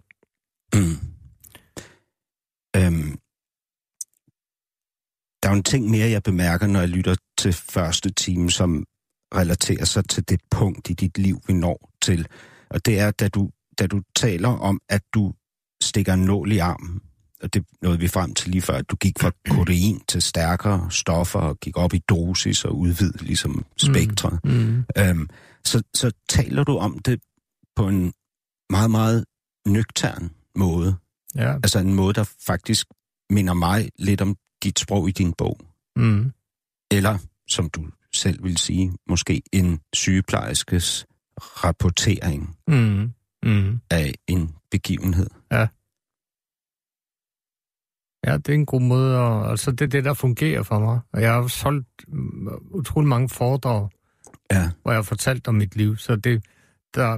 Der er jo en ting mere, jeg bemærker, når jeg lytter til første time, som relaterer sig til det punkt i dit liv, vi når til. Og det er, da du taler om, at du stikker en nål i armen, og det nåede vi frem til lige før, at du gik fra kodein til stærkere stoffer, og gik op i dosis og udvidede ligesom spektret. Så taler du om det på en meget, meget nøgtern måde. Ja. Altså en måde, der faktisk minder mig lidt om dit sprog i din bog. Eller, som du selv vil sige, måske en sygeplejerskes rapportering af en begivenhed. Ja. Ja, det er en god måde, altså det er det, der fungerer for mig. Og jeg har holdt utrolig mange foredrag, hvor jeg har fortalt om mit liv, så det, der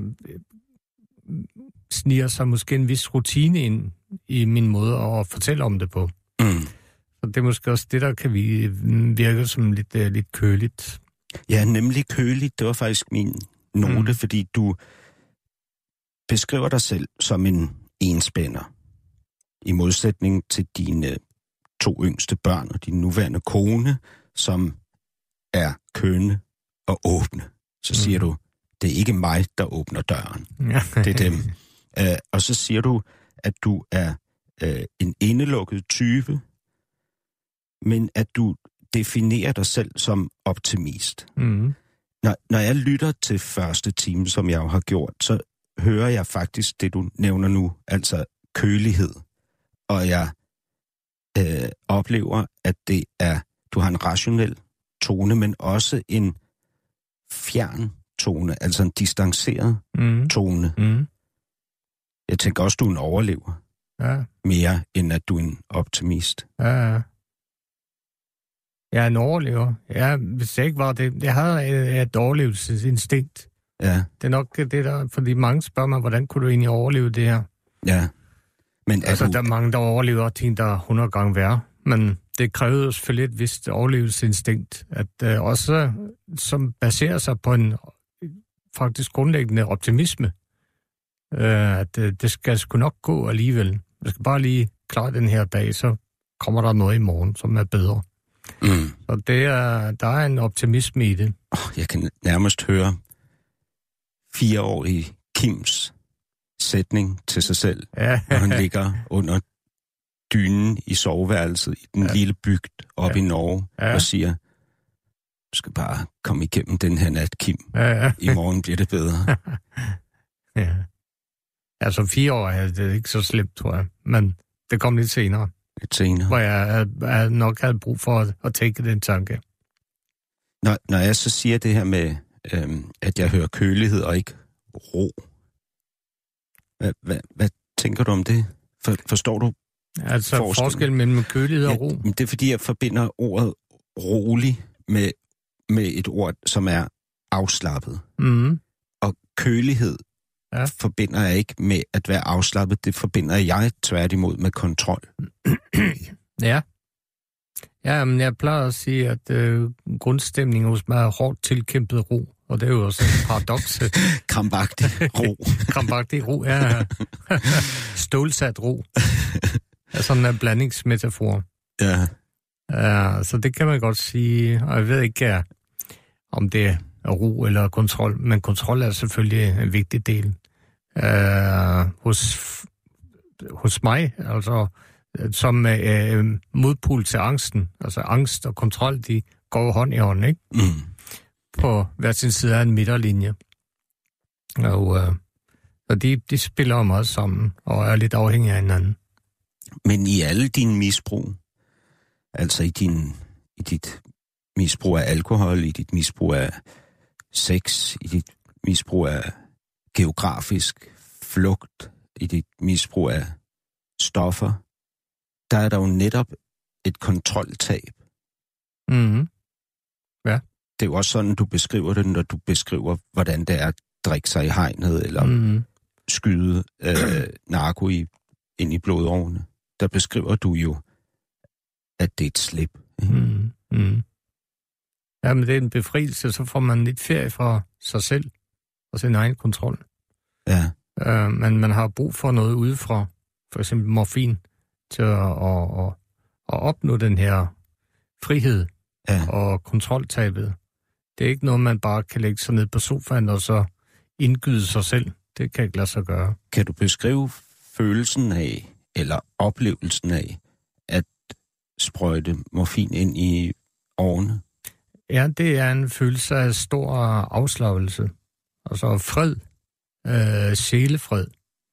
sniger sig måske en vis rutine ind i min måde at fortælle om det på. Så det er måske også det, der kan virke som lidt køligt. Ja, nemlig køligt. Det var faktisk min note, fordi du beskriver dig selv som en enspænder. I modsætning til dine 2 yngste børn og din nuværende kone, som er kønne og åbne. Så siger du, det er ikke mig, der åbner døren. Det er dem. Og så siger du, at du er en indelukket type, men at du definerer dig selv som optimist. Når jeg lytter til første time, som jeg jo har gjort, så hører jeg faktisk det, du nævner nu, altså kølighed. Og jeg oplever, at det er, du har en rationel tone, men også en fjern tone, altså en distanceret tone. Jeg tænker også, du er en overlever. Ja. Mere end at du er en optimist. Ja. Jeg er en overlever. Ja, hvis det ikke var det. Jeg havde et overlevelsesinstinkt. Ja. Det er nok det der, fordi mange spørger mig, hvordan kunne du egentlig overleve det her? Ja. Men altså, der er mange, der overlever ting, der er 100 gange værre. Men det krævede selvfølgelig et vist overlevelsesinstinkt, at også som baserer sig på en faktisk grundlæggende optimisme. At det skal sgu nok gå alligevel. Jeg skal bare lige klare den her dag, så kommer der noget i morgen, som er bedre. Og der er en optimisme i det. Jeg kan nærmest høre 4-årige Kims sætning til sig selv, når han ligger under dynen i soveværelset i den lille bygd op i Norge og siger, du skal bare komme igennem den her nat, Kim. I morgen bliver det bedre. Altså 4 år er det ikke så slemt, tror jeg. Men det kom lidt senere. Hvor jeg nok havde brug for at tænke den tanke. Når jeg så siger det her med, at jeg hører kølighed og ikke ro, hvad tænker du om det? Forstår du? Altså forskellen mellem kølighed og ro? Ja, det er fordi, jeg forbinder ordet rolig med et ord, som er afslappet. Og kølighed forbinder jeg ikke med at være afslappet. Det forbinder jeg tværtimod med kontrol. Ja, men jeg plejer at sige, at grundstemningen hos mig er hårdt tilkæmpet ro. Og det er jo også et paradoks. Krampagtig ro. Krampagtig ro, ja. Stålsat ro. Sådan en blandingsmetafor. Ja. Så det kan man godt sige. Og jeg ved ikke, om det er ro eller kontrol. Men kontrol er selvfølgelig en vigtig del. Hos mig, altså som modpol til angsten. Altså angst og kontrol, de går hånd i hånd, ikke? På hver sin side af en midterlinje. Og de spiller jo meget sammen, og er lidt afhængige af hinanden. Men i alle dine misbrug, altså i dit misbrug af alkohol, i dit misbrug af sex, i dit misbrug af geografisk flugt, i dit misbrug af stoffer, der er der jo netop et kontroltab. Ja. Det er jo også sådan, du beskriver det, når du beskriver, hvordan det er at drikke sig i hegnet, eller skyde narko ind i blodårene. Der beskriver du jo, at det er et slip. Ja, men det er en befrielse, så får man lidt ferie fra sig selv og sin egen kontrol. Ja. Men man har brug for noget udefra, for eksempel morfin, til at opnå den her frihed og kontroltabet. Det er ikke noget, man bare kan lægge sig ned på sofaen og så indgyde sig selv. Det kan ikke lade sig gøre. Kan du beskrive følelsen af eller oplevelsen af at sprøjte morfin ind i årene? Ja, det er en følelse af stor afslappelse. Altså fred. Sjælefred.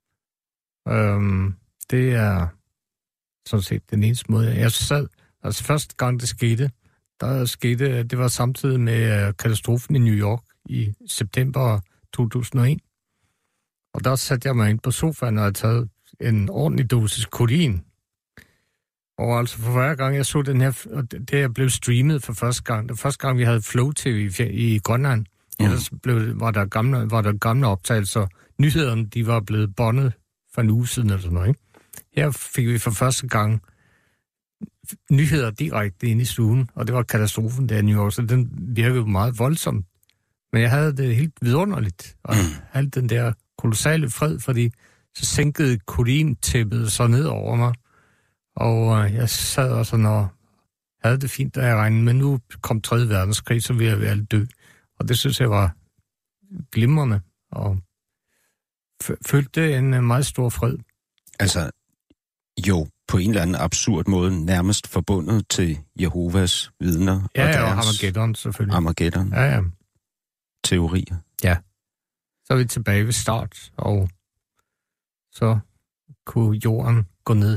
Det er sådan set den eneste måde. Jeg sad, altså første gang det skete, det var samtidig med katastrofen i New York i september 2001. Og der satte jeg mig ind på sofaen og havde taget en ordentlig dosis kodein. Og altså for hver gang jeg så den her, og det er blevet streamet for første gang. Det første gang vi havde Flow TV i Grønland, ellers var der gamle optagelser. Nyhederne, de var blevet båndet for en uge siden eller sådan noget, ikke? Her fik vi for første gang nyheder direkte ind i stuen, og det var katastrofen der i New York, så den virkede meget voldsomt. Men jeg havde det helt vidunderligt, og alt den der kolossale fred, fordi så sænkede kodeintæppet så ned over mig, og jeg sad og sådan og havde det fint, da jeg regnede, men nu kom 3. verdenskrig, så ville jeg være dø. Og det synes jeg var glimrende, og følte en meget stor fred. Altså, jo, på en eller anden absurd måde nærmest forbundet til Jehovas vidner. Ja, og Armageddon selvfølgelig. Armageddon. Ja. Teorier. Ja. Så er vi tilbage ved start, og så kunne jorden gå ned.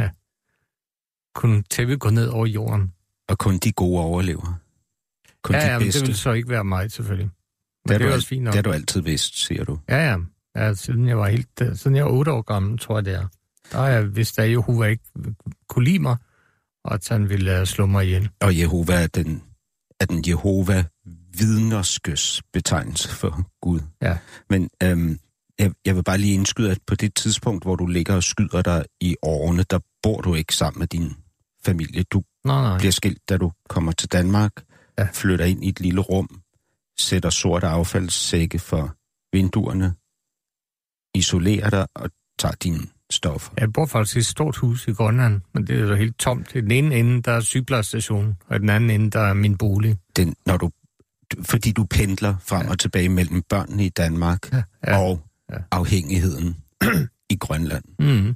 Kunne tæppe gå ned over jorden. Og kun de gode overlever. Kun de bedste. Men det ville så ikke være mig, selvfølgelig. Men det er også fint nok. Det har du altid vidst, siger du. Ja, siden jeg var 8 år gammel, tror jeg det er. Der har jeg vidst, at Jehova ikke kunne lide mig, og at han ville slå mig ihjel. Og Jehova er den Jehova vidnerskes betegnelse for Gud. Ja. Men jeg vil bare lige indskyde, at på det tidspunkt, hvor du ligger og skyder dig i årene, der bor du ikke sammen med din familie. Du bliver skilt, da du kommer til Danmark, flytter ind i et lille rum, sætter sorte affaldssække for vinduerne, isolerer dig og tager dine stoffer. Jeg bor faktisk i et stort hus i Grønland, men det er jo helt tomt. I den ene ende, der er sygeplejerstation, og i den anden ende, der er min bolig. Fordi du pendler frem og tilbage mellem børnene i Danmark og afhængigheden i Grønland. Mm.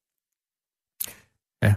Ja.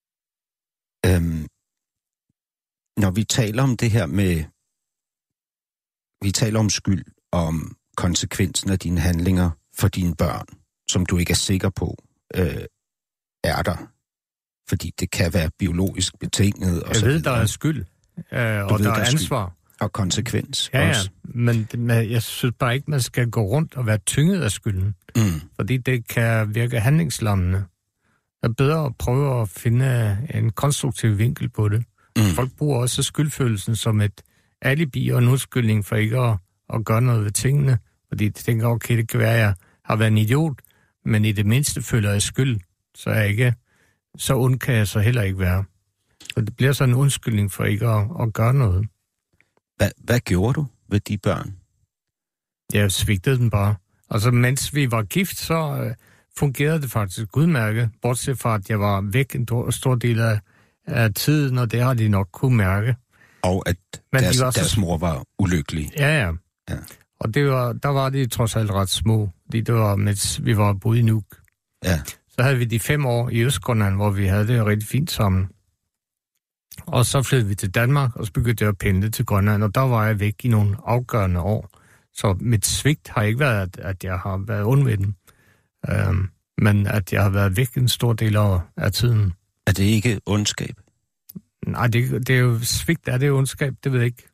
Når vi taler om det her med... Vi taler om skyld, om konsekvensen af dine handlinger for dine børn, som du ikke er sikker på, er der. Fordi det kan være biologisk betinget. Og jeg ved, der er skyld, og der er ansvar. Og konsekvens også. Men jeg synes bare ikke, man skal gå rundt og være tynget af skylden. Fordi det kan virke handlingslammende. Det er bedre at prøve at finde en konstruktiv vinkel på det. Folk bruger også skyldfølelsen som et alibi og en undskyldning for ikke at gøre noget ved tingene. Fordi de tænker, okay, det kan være, at jeg har været en idiot, men i det mindste føler jeg skyld, så ond kan jeg så heller ikke være. Så det bliver så en undskyldning for ikke at gøre noget. Hvad gjorde du ved de børn? Jeg svigtede dem bare. Altså, mens vi var gift, så fungerede det faktisk udmærket, bortset fra, at jeg var væk en stor del af tiden, og det har de nok kunne mærke. Og at deres mor var ulykkelig. Ja. Og der var de trods alt ret små, fordi det var, mens vi var boet i Nuuk. Ja. Så havde vi de 5 år i Østgrønland, hvor vi havde det rigtig fint sammen. Og så flyttede vi til Danmark, og så begyndte jeg at pendle til Grønland, og der var jeg væk i nogle afgørende år. Så mit svigt har ikke været, at jeg har været ond ved dem, men at jeg har været væk en stor del af tiden. Er det ikke ondskab? Nej, det er jo svigt, er det ondskab, det ved jeg ikke.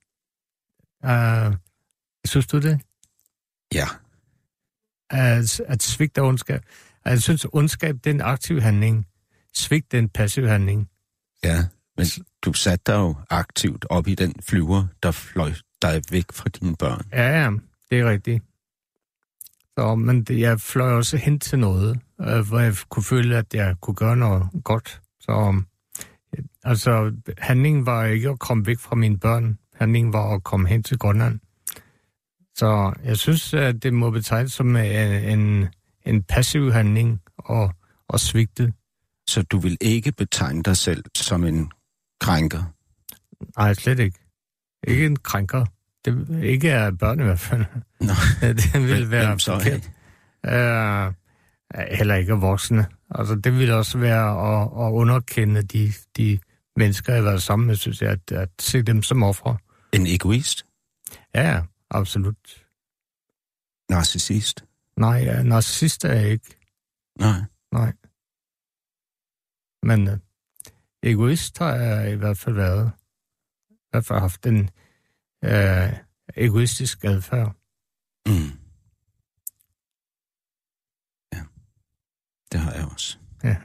Synes du det? Ja. At svigt er ondskab. Jeg synes, ondskab det er en aktiv handling. Svigt er en passiv handling. Ja, men du satte dig jo aktivt op i den flyver, der fløj dig væk fra dine børn. Ja, det er rigtigt. Men jeg fløj også hen til noget, hvor jeg kunne føle, at jeg kunne gøre noget godt. Så altså, handlingen var ikke at komme væk fra mine børn. Handlingen var at komme hen til Grønland. Så jeg synes, at det må betegnes som en passiv handling og svigte. Så du vil ikke betegne dig selv som en krænker? Nej, slet ikke. Ikke en krænker. Det ikke er børn i hvert fald. Nå. Det vil være forkert. Heller ikke voksne. Altså, det vil også være at underkende de mennesker, jeg har været sammen med, synes jeg, at se dem som ofre. En egoist? Ja, absolut. Narcissist? Nej, narcissist er jeg ikke. Nej. Men egoist har jeg i hvert fald været. I hvert fald haft en egoistisk adfærd. Mm. Ja, det har jeg også. Ja.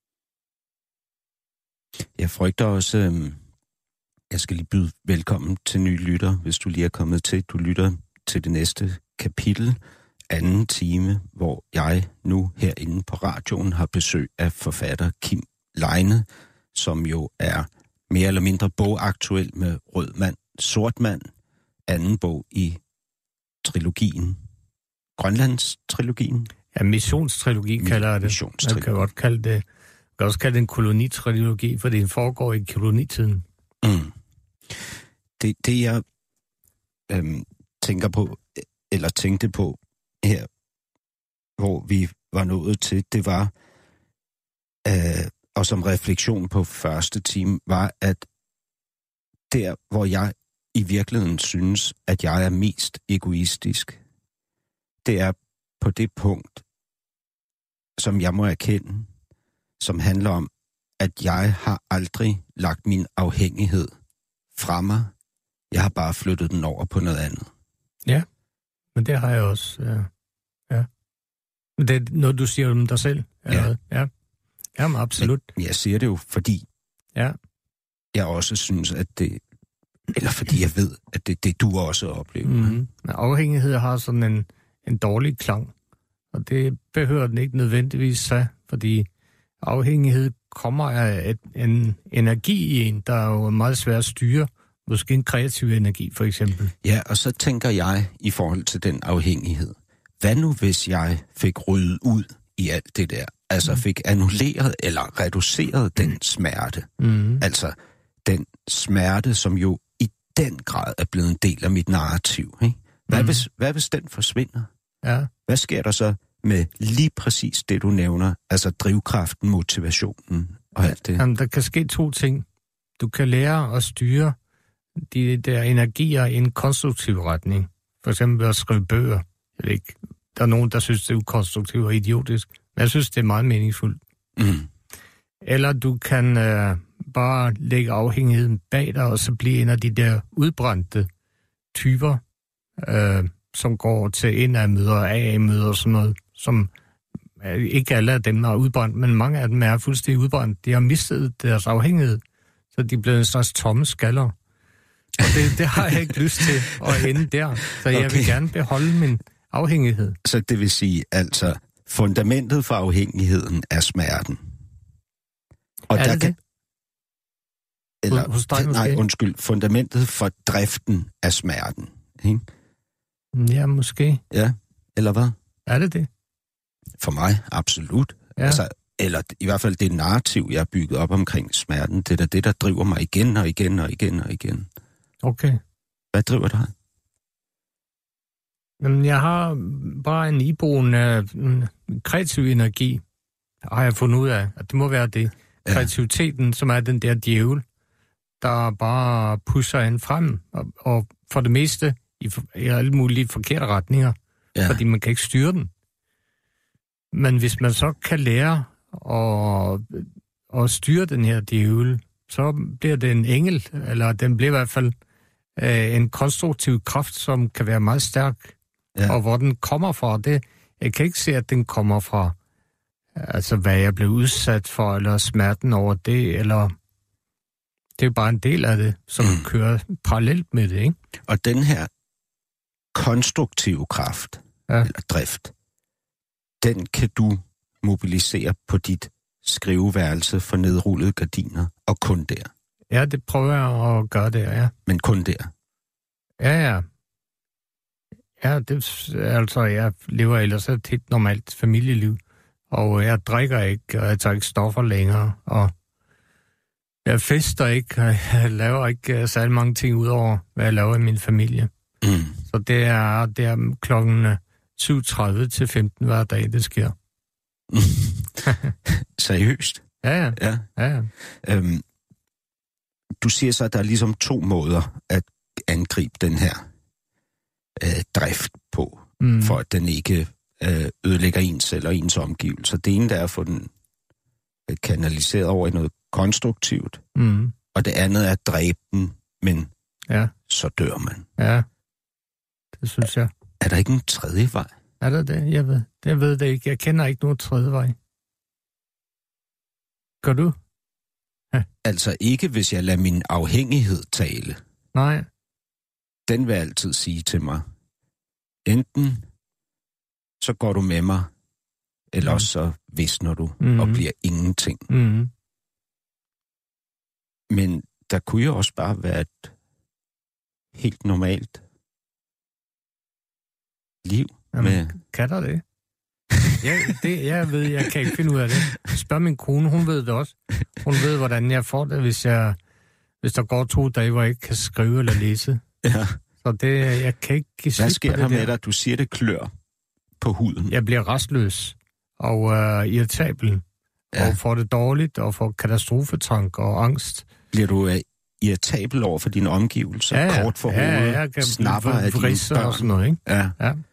Jeg frygter også, jeg skal lige byde velkommen til nye lytter, hvis du lige er kommet til. Du lytter til det næste kapitel, anden time, hvor jeg nu herinde på radioen har besøg af forfatter Kim Leine, som jo er mere eller mindre bogaktuel med Rød Mand, Sort Mand, anden bog i trilogien. Grønlands-trilogien? Ja, missionstrilogi kalder jeg det. Man kan godt kalde det. Man kan også kalde det en kolonitrilogi, for det foregår i kolonitiden. Mm. Det jeg tænker på, eller tænkte på her, hvor vi var nået til, det var, og som refleksion på første time, var, at der, hvor jeg i virkeligheden synes, at jeg er mest egoistisk, det er på det punkt, som jeg må erkende, som handler om, at jeg har aldrig lagt min afhængighed fra mig. Jeg har bare flyttet den over på noget andet. Ja, men det har jeg også. Ja. Men det er noget, du siger om dig selv? Ja. Ja. Jamen, absolut. Men jeg siger det jo, fordi jeg også synes, at det... Eller fordi jeg ved, at det du også oplever. Mm-hmm. Afhængighed har sådan en dårlig klang, og det behøver den ikke nødvendigvis have, fordi afhængighed kommer af en energi i en, der er jo meget svært at styre. Måske en kreativ energi, for eksempel. Ja, og så tænker jeg i forhold til den afhængighed. Hvad nu, hvis jeg fik ryddet ud i alt det der? Altså fik annulleret eller reduceret den smerte. Mm. Altså den smerte, som jo i den grad er blevet en del af mit narrativ. Ikke? Hvad hvis den forsvinder? Ja. Hvad sker der så med lige præcis det, du nævner? Altså drivkraften, motivationen og alt det. Jamen, der kan ske to ting. Du kan lære at styre de der energier i en konstruktiv retning. For eksempel ved at skrive bøger. Jeg ved ikke, der er nogen, der synes, det er ukonstruktivt og idiotisk. Men jeg synes, det er meget meningsfuldt. Mm. Eller du kan bare lægge afhængigheden bag dig, og så blive en af de der udbrændte typer, som går til ind af møder, AA-møder og sådan noget, som ikke alle af dem er udbrændt, men mange af dem er fuldstændig udbrændt. De har mistet deres afhængighed, så de er blevet en slags tomme skaller. Og det har jeg ikke lyst til at ende der, så jeg vil gerne beholde min afhængighed. Så det vil sige, altså, fundamentet for afhængigheden er smerten. Og er der det kan... det? Eller, hos dig nej, undskyld. Fundamentet for driften er smerten. Ikke? Ja, måske. Ja, eller hvad? Er det det? For mig, absolut. Ja. Altså, eller i hvert fald det narrativ, jeg har bygget op omkring smerten, det er det, der driver mig igen og igen og igen og igen. Okay. Hvad driver dig? Jamen, jeg har bare en iboende kreativ energi, har jeg fundet ud af, at det må være det. Kreativiteten, som er den der djævel, der bare pusher en frem, og for det meste i alle mulige forkerte retninger, fordi man kan ikke styre den. Men hvis man så kan lære at styre den her djævel, så bliver det en engel, eller den bliver i hvert fald en konstruktiv kraft, som kan være meget stærk. Ja. Og hvor den kommer fra, jeg kan ikke se, at den kommer fra, altså hvad jeg blev udsat for, eller smerten over det, eller det er bare en del af det, som kører parallelt med det, ikke? Og den her konstruktive kraft, eller drift, den kan du mobilisere på dit skriveværelse for nedrullede gardiner, og kun der. Ja, det prøver jeg at gøre der, ja. Men kun der? Ja. Ja, jeg lever ellers et helt normalt familieliv, og jeg drikker ikke, og jeg tager ikke stoffer længere, og jeg fester ikke, og jeg laver ikke særlig mange ting ud over, hvad jeg laver i min familie. Så det er klokken 7:30 til 15 hver dag, det sker. Seriøst? Ja. Du siger så, at der er ligesom 2 måder at angribe den her drift på, for at den ikke ødelægger ens eller ens omgivelser. Det ene der er at få den kanaliseret over i noget konstruktivt, og det andet er at dræbe den, men så dør man. Ja, det synes jeg. Er der ikke en tredje vej? Er der det? Jeg ved det ikke. Jeg kender ikke nogen tredje vej. Gør du? Ja. Altså ikke, hvis jeg lader min afhængighed tale. Nej. Den vil altid sige til mig, enten så går du med mig, eller også så visner du og bliver ingenting. Men der kunne jo også bare være et helt normalt liv. Jamen, kan der det? Jeg kan ikke finde ud af det. Spørg min kone, hun ved det også. Hun ved, hvordan jeg får det, hvis der går 2 dage, hvor jeg ikke kan skrive eller læse. Ja. Så det, jeg kan ikke give slip på det. Hvad sker der med dig? Du siger, det klør på huden. Jeg bliver restløs og irritabel, og får det dårligt, og får katastrofetanker og angst. Bliver du irritabel over for dine omgivelser? Kort for hovedet? Ja, jeg kan snapper af dine børn? Og sådan noget, ikke? Ja.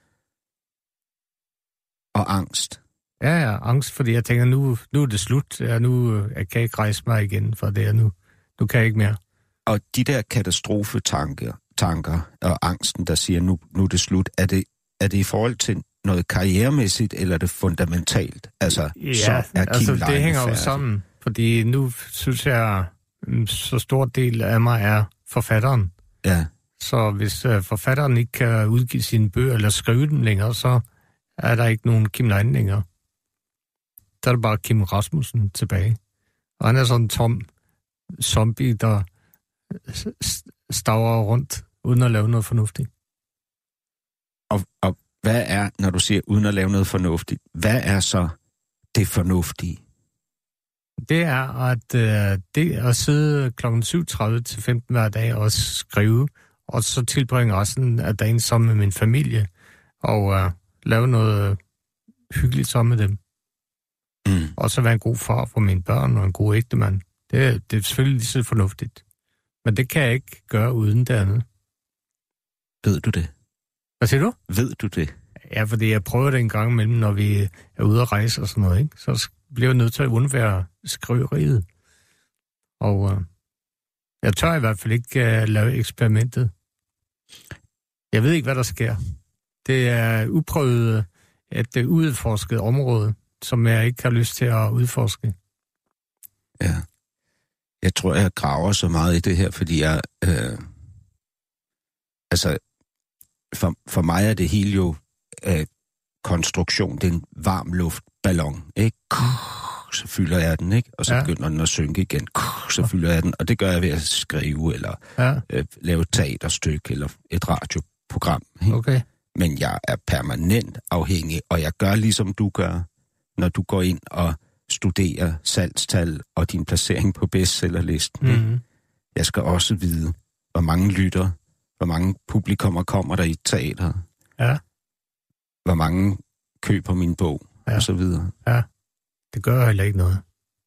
Og angst? Ja, angst, fordi jeg tænker, nu er det slut. Nu jeg kan ikke rejse mig igen for det, nu kan jeg ikke mere. Og de der katastrofetanker og angsten, der siger, nu er det slut, er det i forhold til noget karrieremæssigt, eller er det fundamentalt? Altså, så er Kim Leine det hænger færdig. jo sammen, fordi nu synes jeg, så stor del af mig er forfatteren. Ja. Så hvis forfatteren ikke kan udgive sine bøger eller skrive dem længere, så er der ikke nogen Kim Leine længere. Så er det bare Kim Rasmussen tilbage. Og han er sådan en tom zombie, der staver rundt, uden at lave noget fornuftigt. Og hvad er, når du siger uden at lave noget fornuftigt, hvad er så det fornuftige? Det er at sidde kl. 7:30 til 15 hver dag og skrive, og så tilbringe resten af dagen sammen med min familie, og lave noget hyggeligt sammen med dem. Og så være en god far for mine børn og en god ægtemand. Det er selvfølgelig lige så fornuftigt. Men det kan jeg ikke gøre uden det andet. Ved du det? Hvad siger du? Ved du det? Ja, fordi jeg prøver det en gang imellem, når vi er ude at rejse og sådan noget, ikke? Så bliver jeg nødt til at undvære skriveriet. Og jeg tør i hvert fald ikke lave eksperimentet. Jeg ved ikke, hvad der sker. Det er uprøvet, et udforsket område, som jeg ikke har lyst til at udforske. Ja. Jeg tror, jeg graver så meget i det her, fordi jeg... For mig er det hele jo konstruktion. Det er en varm luftballon, ikke? Så fylder jeg den, ikke? Og så begynder den at synke igen. Så fylder jeg den, og det gør jeg ved at skrive, eller lave et teaterstykke, eller et radioprogram. Ikke? Okay. Men jeg er permanent afhængig, og jeg gør ligesom du gør, når du går ind og studerer salgstal og din placering på bestsellerlisten. Mm-hmm. Jeg skal også vide, hvor mange lytter, hvor mange publikummer kommer der i teateret. Ja. Hvor mange køber min bog, og så videre. Ja, det gør heller ikke noget.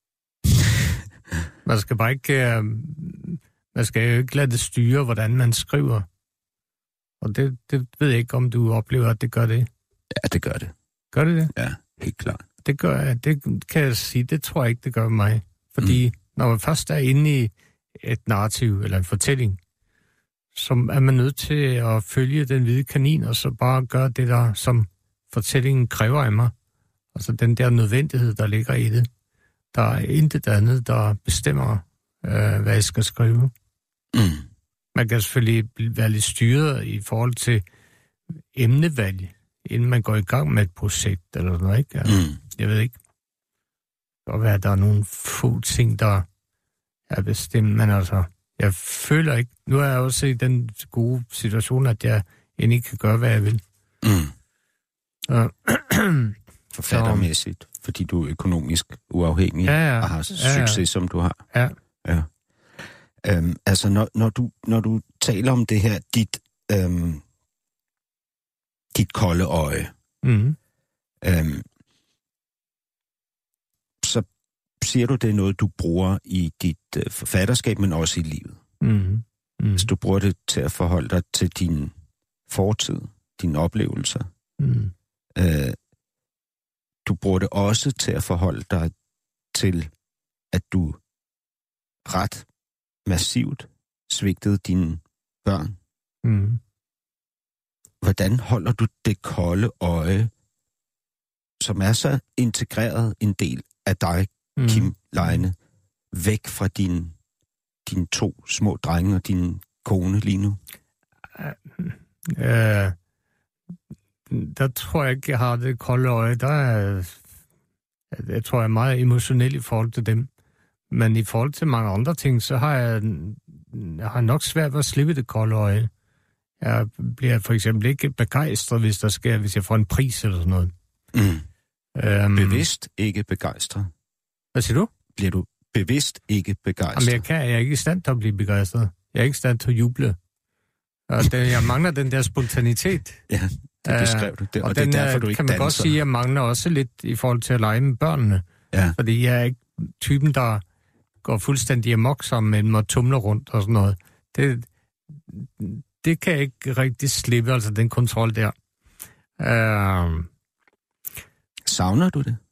Man skal bare ikke... Man skal jo ikke lade det styre, hvordan man skriver. Og det ved jeg ikke, om du oplever, at det gør det. Ja, det gør det. Gør det det? Ja, helt klart. Det gør jeg. Det kan jeg sige. Det tror jeg ikke, det gør mig. Fordi når man først er inde i et narrativ eller en fortælling, så er man nødt til at følge den hvide kanin, og så bare gøre det, der som fortællingen kræver af mig. Altså den der nødvendighed, der ligger i det. Der er intet andet, der bestemmer, hvad jeg skal skrive. Man kan selvfølgelig være lidt styret i forhold til emnevalg, inden man går i gang med et projekt eller noget, ikke? Jeg ved ikke. Det kan være, at der er nogle få ting, der er bestemt, men altså, jeg føler ikke... Nu er jeg også i den gode situation, at jeg endelig kan gøre, hvad jeg vil. Forfattermæssigt, fordi du er økonomisk uafhængig og har succes, som du har. Ja. Altså, når du taler om det her, dit kolde øje, siger du, det er noget, du bruger i dit forfatterskab, men også i livet? Hvis du bruger det til at forholde dig til din fortid, dine oplevelser. Du bruger det også til at forholde dig til, at du ret massivt svigtede dine børn. Hvordan holder du det kolde øje, som er så integreret en del af dig, Kim Leine, væk fra dine 2 små drenge og din kone lige nu? Der tror jeg ikke, jeg har det kolde øje. Jeg tror, jeg er meget emotionel i forhold til dem. Men i forhold til mange andre ting, så har jeg nok svært ved at slippe det kolde øje. Jeg bliver for eksempel ikke begejstret, hvis jeg får en pris eller sådan noget. Bevidst ikke begejstret? Hvad siger du? Bliver du bevidst ikke begejstret? Jamen, jeg er ikke i stand til at blive begejstret. Jeg er ikke i stand til at juble. Og jeg mangler den der spontanitet. Ja, det beskrev du. Og den det er derfor, du ikke kan man danser. godt sige, at jeg mangler også lidt i forhold til at lege med børnene. Ja. Fordi jeg er ikke typen, der går fuldstændig amok sammen med dem og tumler rundt og sådan noget. Det kan jeg ikke rigtig slippe, altså den kontrol der. Savner du det?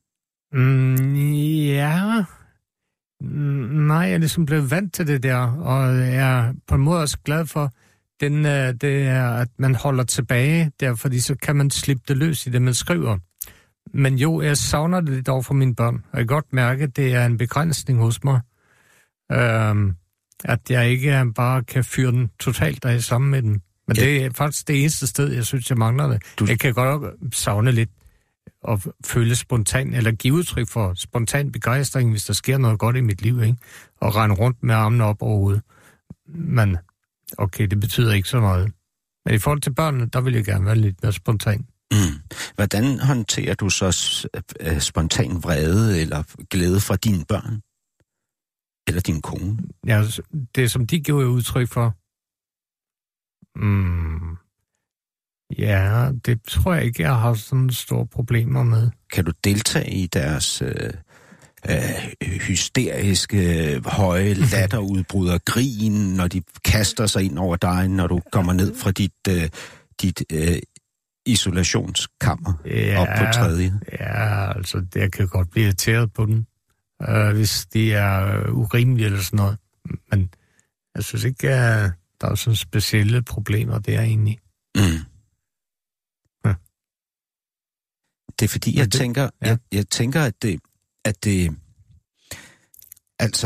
Ja. Nej, jeg er ligesom blevet vant til det der, og jeg er på en måde også glad for, det er, at man holder tilbage der, fordi så kan man slippe det løs i det, man skriver. Men jo, jeg savner det lidt over for mine børn, og jeg kan godt mærke, at det er en begrænsning hos mig, at jeg ikke bare kan fyre den totalt af sammen med dem. Men det er faktisk det eneste sted, jeg synes, jeg mangler det. Jeg kan godt savne lidt og føle spontan, eller give udtryk for spontan begejstring, hvis der sker noget godt i mit liv, ikke? Og rende rundt med armene op over hovedet. Men okay, det betyder ikke så meget. Men i forhold til børnene, der vil jeg gerne være lidt mere spontan. Hvordan håndterer du så spontan vrede eller glæde fra dine børn? Eller din kone? Ja, det som de giver udtryk for. Ja, det tror jeg ikke, jeg har sådan store problemer med. Kan du deltage i deres hysteriske, høje latterudbrud og grin, når de kaster sig ind over dig, når du kommer ned fra dit isolationskammer op på 3. Ja, altså, jeg kan godt blive irriteret på dem, hvis de er urimelige eller sådan noget. Men jeg synes ikke, der er sådan specielle problemer der egentlig. Det er fordi, jeg tænker, at det altså,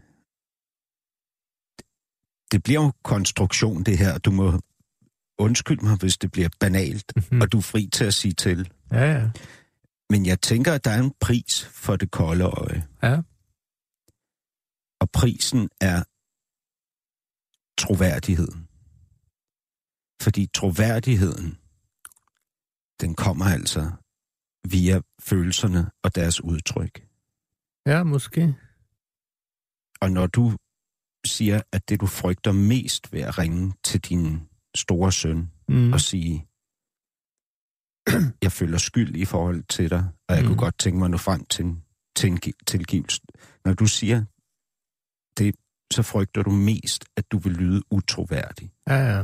det bliver jo konstruktion, det her. Du må undskylde mig, hvis det bliver banalt, og du er fri til at sige til. Ja. Men jeg tænker, at der er en pris for det kolde øje. Ja. Og prisen er troværdigheden. Fordi troværdigheden, den kommer altså via følelserne og deres udtryk. Ja, måske. Og når du siger, at det du frygter mest ved at ringe til din store søn og sige, jeg føler skyld i forhold til dig, og jeg kunne godt tænke mig at nå frem til en tilgivelse. Når du siger det, så frygter du mest, at du vil lyde utroværdig. Ja.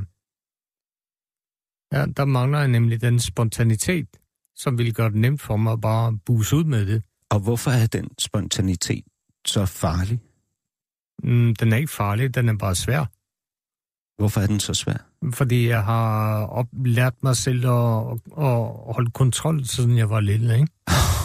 Ja, der mangler jeg nemlig den spontanitet, som ville gøre det nemt for mig at bare buse ud med det. Og hvorfor er den spontanitet så farlig? Den er ikke farlig, den er bare svær. Hvorfor er den så svær? Fordi jeg har lært mig selv at holde kontrol, siden jeg var lille, ikke?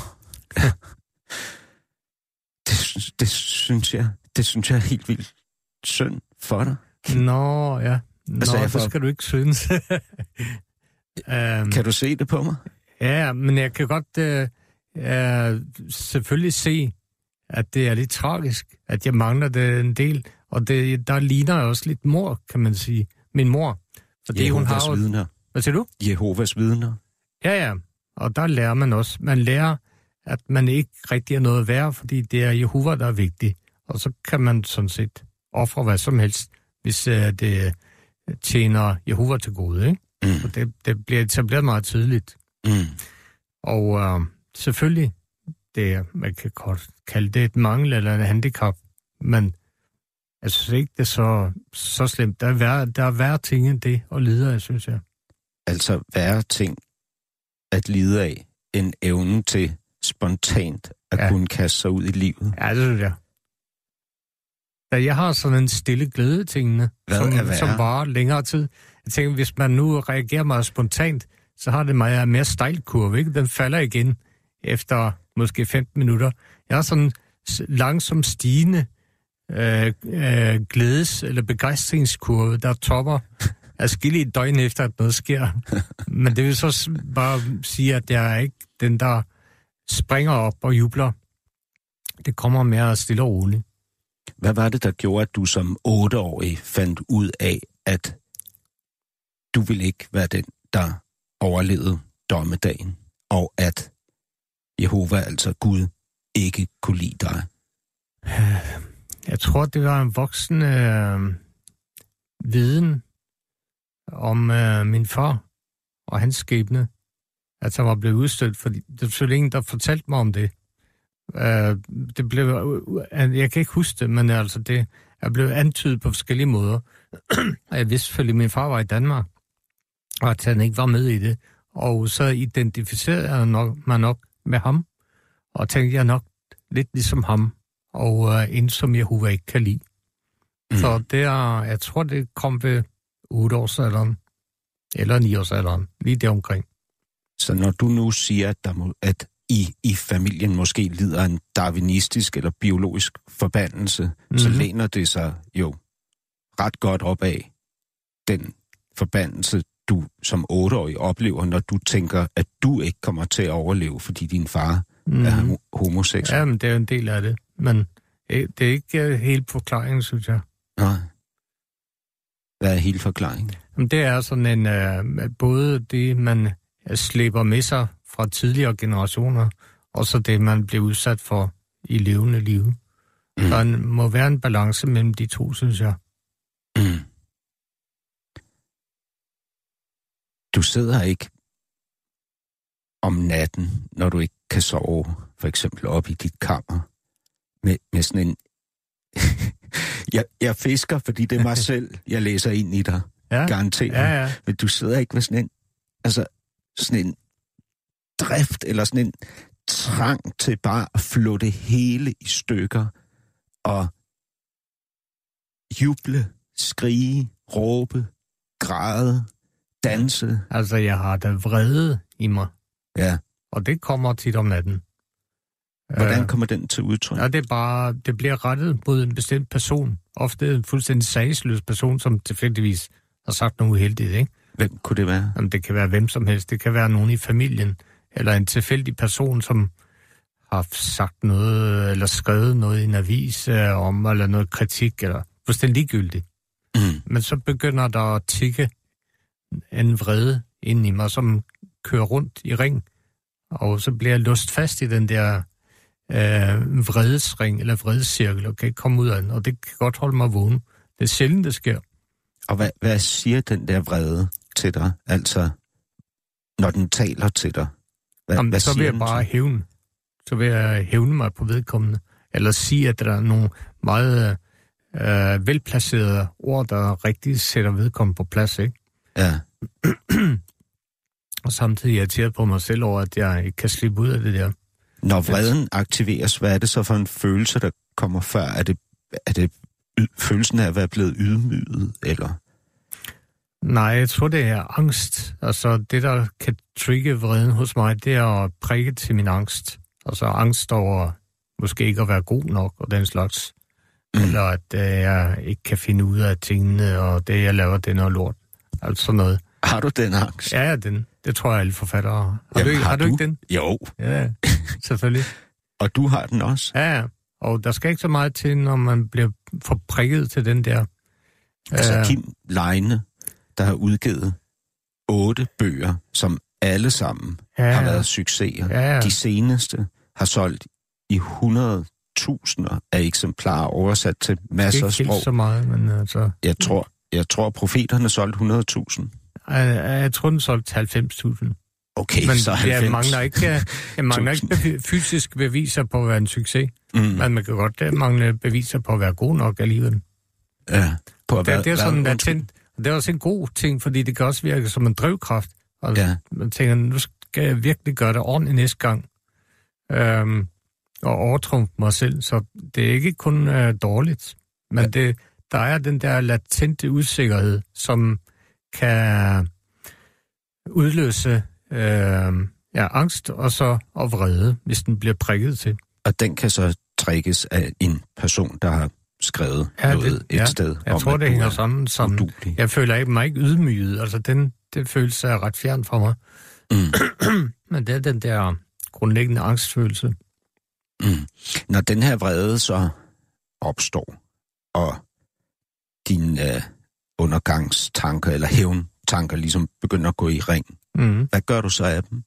Det synes jeg er helt vildt synd for dig. Nå, ja. Det skal du ikke synes. Kan du se det på mig? Ja, men jeg kan godt selvfølgelig se, at det er lidt tragisk, at jeg mangler det en del. Og der ligner jeg også lidt mor, kan man sige. Min mor. Fordi Jehovas hun har vidner. Hvad siger du? Jehovas vidner. Ja. Og der lærer man også. Man lærer, at man ikke rigtig er noget værd, fordi det er Jehova, der er vigtig. Og så kan man sådan set ofre hvad som helst, hvis det tjener Jehova til gode, ikke? Og det bliver etableret meget tydeligt. Og selvfølgelig, man kan godt kalde det et mangel eller et handicap, men jeg synes ikke, det er så slemt. Der er værre ting end det at lide af, synes jeg. Altså værre ting at lide af, end evnen til spontant at kunne kaste sig ud i livet. Ja, det synes jeg. Da jeg har sådan en stille glæde tingene, som varer længere tid. Jeg tænker, hvis man nu reagerer meget spontant, så har det meget mere stejlkurve, ikke? Den falder igen efter måske 15 minutter. Jeg har sådan langsomt stigende glædes- eller begejstringskurve, der topper adskillige døgn efter, at noget sker. Men det vil så bare sige, at jeg er ikke den, der springer op og jubler. Det kommer mere stille og roligt. Hvad var det, der gjorde, at du som 8-årig fandt ud af, at du ville ikke være den, der overlevede dommedagen, og at Jehova, altså Gud, ikke kunne lide dig? Jeg tror, det var en voksen viden om min far og hans skæbne, at han var blevet udstødt, fordi det var selvfølgelig ingen, der fortalte mig om det. Det blev, jeg kan ikke huske det, men altså det er blevet antydet på forskellige måder. Jeg vidste selvfølgelig, at min far var i Danmark, og at han ikke var med i det. Og så identificerede jeg mig nok med ham, og tænkte jeg nok lidt ligesom ham, og en som Jehova ikke kan lide. Så det er, jeg tror, det kom ved 8-årsalderen, eller 9-årsalderen, lige deromkring. Så når du nu siger, at I familien måske lider en darwinistisk eller biologisk forbandelse, så læner det sig jo ret godt op af den forbandelse, du som 8-årig oplever, når du tænker, at du ikke kommer til at overleve, fordi din far er homoseksuel. Ja, men det er en del af det. Men det er ikke helt forklaringen, synes jeg. Nej. Hvad er hele forklaringen? Jamen, det er sådan en, både det, man slæber med sig fra tidligere generationer, og så det, man bliver udsat for i levende liv. Der må være en balance mellem de to, synes jeg. Du sidder ikke om natten, når du ikke kan sove, for eksempel op i dit kammer, med sådan en... jeg fisker, fordi det er mig selv, jeg læser ind i dig, garanteret. Ja. Men du sidder ikke med sådan en drift, eller sådan en trang til bare at flå det hele i stykker, og juble, skrige, råbe, græde, danse. Altså, jeg har da vrede i mig. Ja. Og det kommer tit om natten. Hvordan kommer den til udtryk? Ja, det bliver rettet mod en bestemt person. Ofte en fuldstændig sagsløs person, som tilfældigvis har sagt noget uheldigt, ikke? Hvem kunne det være? Jamen, det kan være hvem som helst. Det kan være nogen i familien, eller en tilfældig person, som har sagt noget, eller skrevet noget i en avis om, eller noget kritik, eller fuldstændig ligegyldigt. Men så begynder der at tikke en vrede ind i mig, som kører rundt i ring, og så bliver jeg låst fast i den der vredesring, eller vredescirkel, og kan ikke komme ud af den, og det kan godt holde mig vågen. Det er sjældent, det sker. Og hvad siger den der vrede til dig? Altså, når den taler til dig? Hvad så vil jeg bare hævne. Så vil jeg hævne mig på vedkommende. Eller sige, at der er nogle meget velplacerede ord, der rigtig sætter vedkommende på plads, ikke? Ja. Og samtidig irriteret på mig selv over, at jeg ikke kan slippe ud af det der. Når vreden aktiveres, hvad er det så for en følelse, der kommer før? Er det følelsen af at være blevet ydmyget, eller? Nej, jeg tror, det er angst. Altså, det, der kan trigge vreden hos mig, det er at prikke til min angst. Altså, angst over måske ikke at være god nok, og den slags. Eller at jeg ikke kan finde ud af tingene, og det, jeg laver, det er noget lort. Altså noget. Har du den angst? Ja, det tror jeg, alle forfattere har. Har du ikke den? Jo. Ja, selvfølgelig. Og du har den også? Ja, og der skal ikke så meget til, når man bliver forprikket til den der. Altså Kim Leine, der har udgivet 8 bøger, som alle sammen har været succeser. Ja. De seneste har solgt i 100.000 af eksemplarer oversat til masser af sprog. Ikke helt så meget, men altså... Jeg tror profeterne solgte 100.000. Jeg tror, den solgte 90.000. Okay, men så 90. Jeg mangler ikke fysiske beviser på at være en succes, men man kan godt mangle beviser på at være god nok alligevel. Ja, på at det er sådan, det er også en god ting, fordi det kan også virke som en drivkraft. Og man tænker, nu skal jeg virkelig gøre det ordentligt næste gang. Og overtrumfe mig selv, så det er ikke kun dårligt, men der er den der latente usikkerhed, som kan udløse angst og vrede, hvis den bliver prikket til. Og den kan så trækkes af en person, der har skrevet noget et sted. Jeg tror, det hænger sammen som... Udulig. Jeg føler mig ikke ydmyget. Altså, den følelse er ret fjern for mig. Men det er den der grundlæggende angstfølelse. Når den her vrede så opstår, og dine undergangstanker eller hævntanker ligesom begynder at gå i ring, hvad gør du så af dem?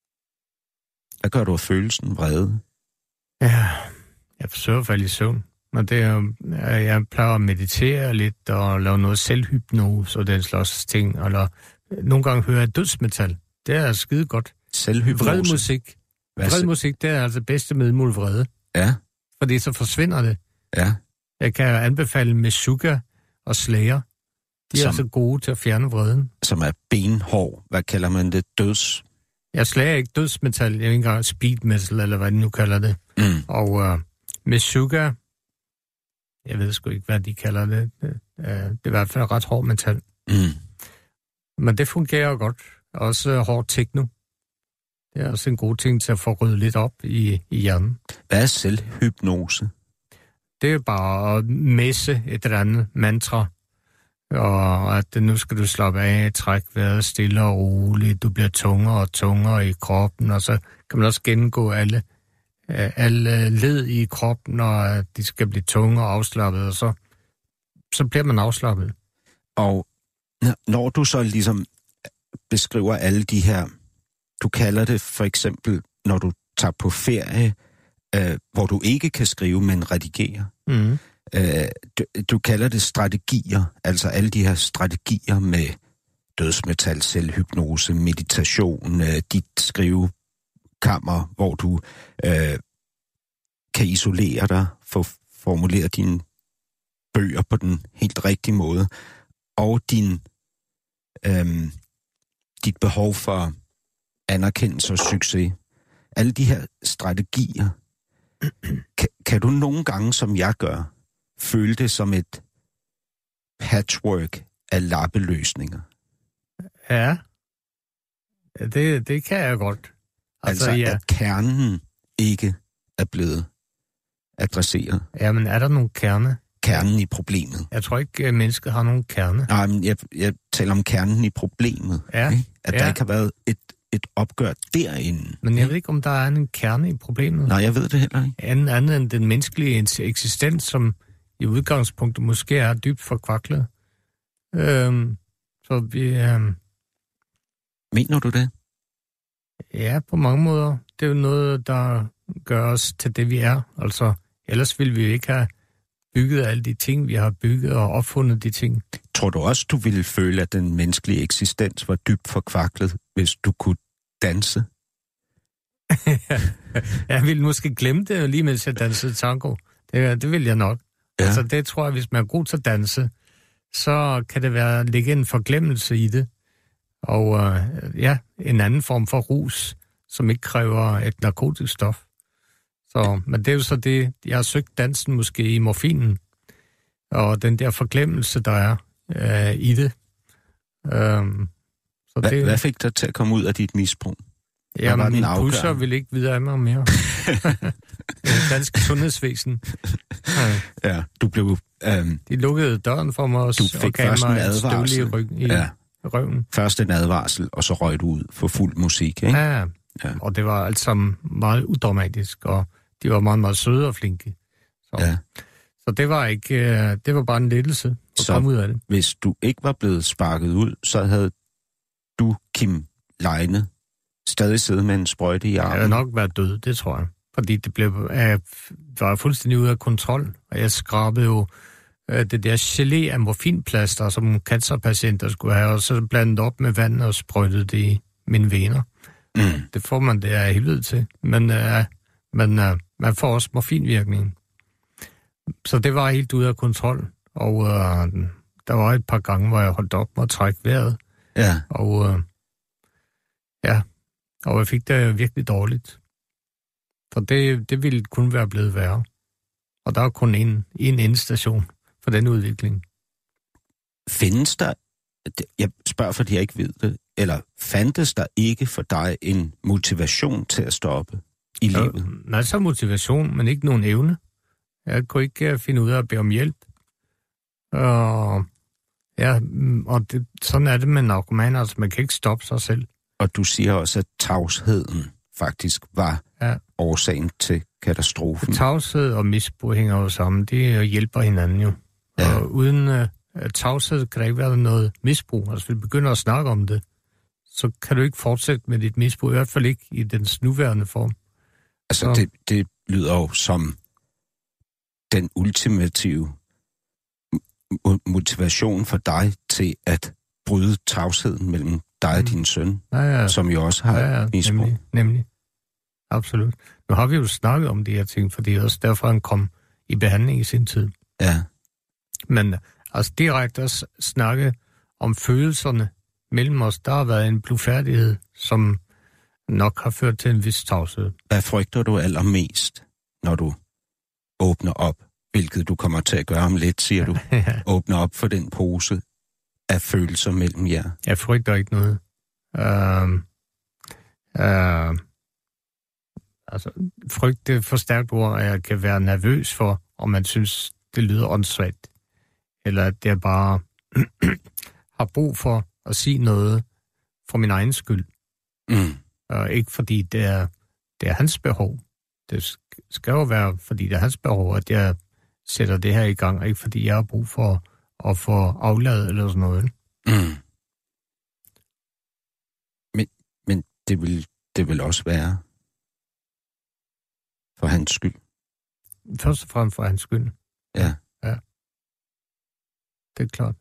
Hvad gør du af følelsen vrede? Ja, jeg forsøger at falde i søvn. Men det er, jeg plejer at meditere lidt og lave noget selvhypnose og den slags ting. Eller nogle gange hører jeg dødsmetal. Det er skide godt. Selvhypnose? Vred musik, det er altså bedste middel mod vrede. Ja. Fordi så forsvinder det. Ja. Jeg kan anbefale Meshuggah og Slayer. De er altså gode til at fjerne vreden. Som er benhård. Hvad kalder man det? Jeg slager ikke dødsmetal. Jeg er ikke engang speed metal, eller hvad de nu kalder det. Og Meshuggah, jeg ved sgu ikke, hvad de kalder det. Det er i hvert fald ret hård metal. Men det fungerer godt. Også hård techno. Det er også en god ting til at få ryddet lidt op i hjernen. Hvad er selvhypnose? Det er bare at messe et eller andet mantra. Og at nu skal du slappe af, trække vejret stille og roligt. Du bliver tungere og tungere i kroppen. Og så kan man også gennemgå alle led i kroppen, og de skal blive tunge og afslappet. Og så bliver man afslappet. Og når du så ligesom beskriver alle de her, du kalder det for eksempel, når du tager på ferie, hvor du ikke kan skrive, men redigere. Du kalder det strategier, altså alle de her strategier med dødsmetal, selvhypnose, meditation, dit skrivekammer, hvor du kan isolere dig, få formuleret dine bøger på den helt rigtige måde, og dit behov for anerkendelse og succes. Alle de her strategier, kan du nogle gange, som jeg gør, føle det som et patchwork af lappeløsninger? Ja, det kan jeg godt. Altså at kernen ikke er blevet adresseret. Ja, men er der nogen kerne? Kernen i problemet. Jeg tror ikke, at mennesket har nogen kerne. Nej, men jeg taler om kernen i problemet. Ja. Ikke? At der ikke har været et opgør derinde. Men jeg ved ikke, om der er en kerne i problemet. Nej, jeg ved det heller ikke. Andet end den menneskelige eksistens, som i udgangspunktet måske er dybt forkvaklet. Så vi... Mener du det? Ja, på mange måder. Det er jo noget, der gør os til det, vi er. Altså, ellers ville vi ikke have bygget alle de ting, vi har bygget og opfundet de ting. Tror du også, du ville føle, at den menneskelige eksistens var dybt forkvaklet, hvis du kunne danse? Jeg ville måske glemme det, lige mens jeg dansede tango. Det vil jeg nok. Ja. Altså, det tror jeg, hvis man er god til at danse, så kan det ligge en forglemmelse i det. Og en anden form for rus, som ikke kræver et narkotisk stof. Men det er jo så det, jeg har søgt dansen måske i morfinen, og den der forglemmelse, der er i det. Hvad fik dig til at komme ud af dit misbrug? Jamen, min pusher ville ikke videre af mig mere. Dansk sundhedsvæsen. Ja, du blev... De lukkede døren for mig også, du fik og først en advarsel. I røven. Først en advarsel, og så røg du ud for fuld musik, ikke? Ja. Og det var alt sammen meget udramatisk, og de var meget, meget søde og flinke. Så det var ikke... det var bare en lettelse at komme ud af det. Hvis du ikke var blevet sparket ud, så havde du, Kim Leine, stadig siddet med en sprøjte i armen? Jeg havde nok været død, det tror jeg. Fordi det var fuldstændig ude af kontrol, og jeg skrabede jo det der gelé af morfinplaster, som cancerpatienter skulle have, og så blandet op med vand og sprøjtede det i mine vener. Det får man det af helvede til. Men man får også morfinvirkning. Så det var helt ude af kontrol. Og der var et par gange, hvor jeg holdt op med at trække vejret. Ja. Og jeg fik det virkelig dårligt. For det ville kun være blevet værre. Og der er kun en endestation for den udvikling. Findes der, jeg spørger fordi jeg ikke ved det, eller fandtes der ikke for dig en motivation til at stoppe i livet? Masser af motivation, men ikke nogen evne. Jeg kunne ikke finde ud af at bede om hjælp. Og sådan er det med narkomaner, altså man kan ikke stoppe sig selv. Og du siger også, at tavsheden faktisk var årsagen til katastrofen. Tavshed og misbrug hænger jo sammen. Det hjælper hinanden jo. Ja. Og uden tavshed kan der ikke være noget misbrug. Altså, hvis vi begynder at snakke om det, så kan du ikke fortsætte med dit misbrug. I hvert fald ikke i dens nuværende form. Altså, det lyder jo som den ultimative motivation for dig til at bryde tavsheden mellem dig og din søn, som jo også har misbrug. Nemlig. Absolut. Nu har vi jo snakket om de her ting, fordi også derfor han kom i behandling i sin tid. Ja. Men altså direkte at snakke om følelserne mellem os, der har været en blufærdighed, som nok har ført til en vis tavshed. Hvad frygter du allermest, når du åbner op, hvilket du kommer til at gøre om lidt, siger du, åbner op for den pose af følelser mellem jer? Jeg frygter ikke noget. Altså, frygt, det er for stærkt ord, at jeg kan være nervøs for, om man synes, det lyder åndssvagt. Eller at jeg bare har brug for at sige noget for min egen skyld. Og ikke fordi det er hans behov. Det skal jo være, fordi det er hans behov, at jeg sætter det her i gang, og ikke fordi jeg har brug for at få afladet eller sådan noget. Men det vil også være for hans skyld. Først og fremmest for hans skyld. Ja. Det er klart.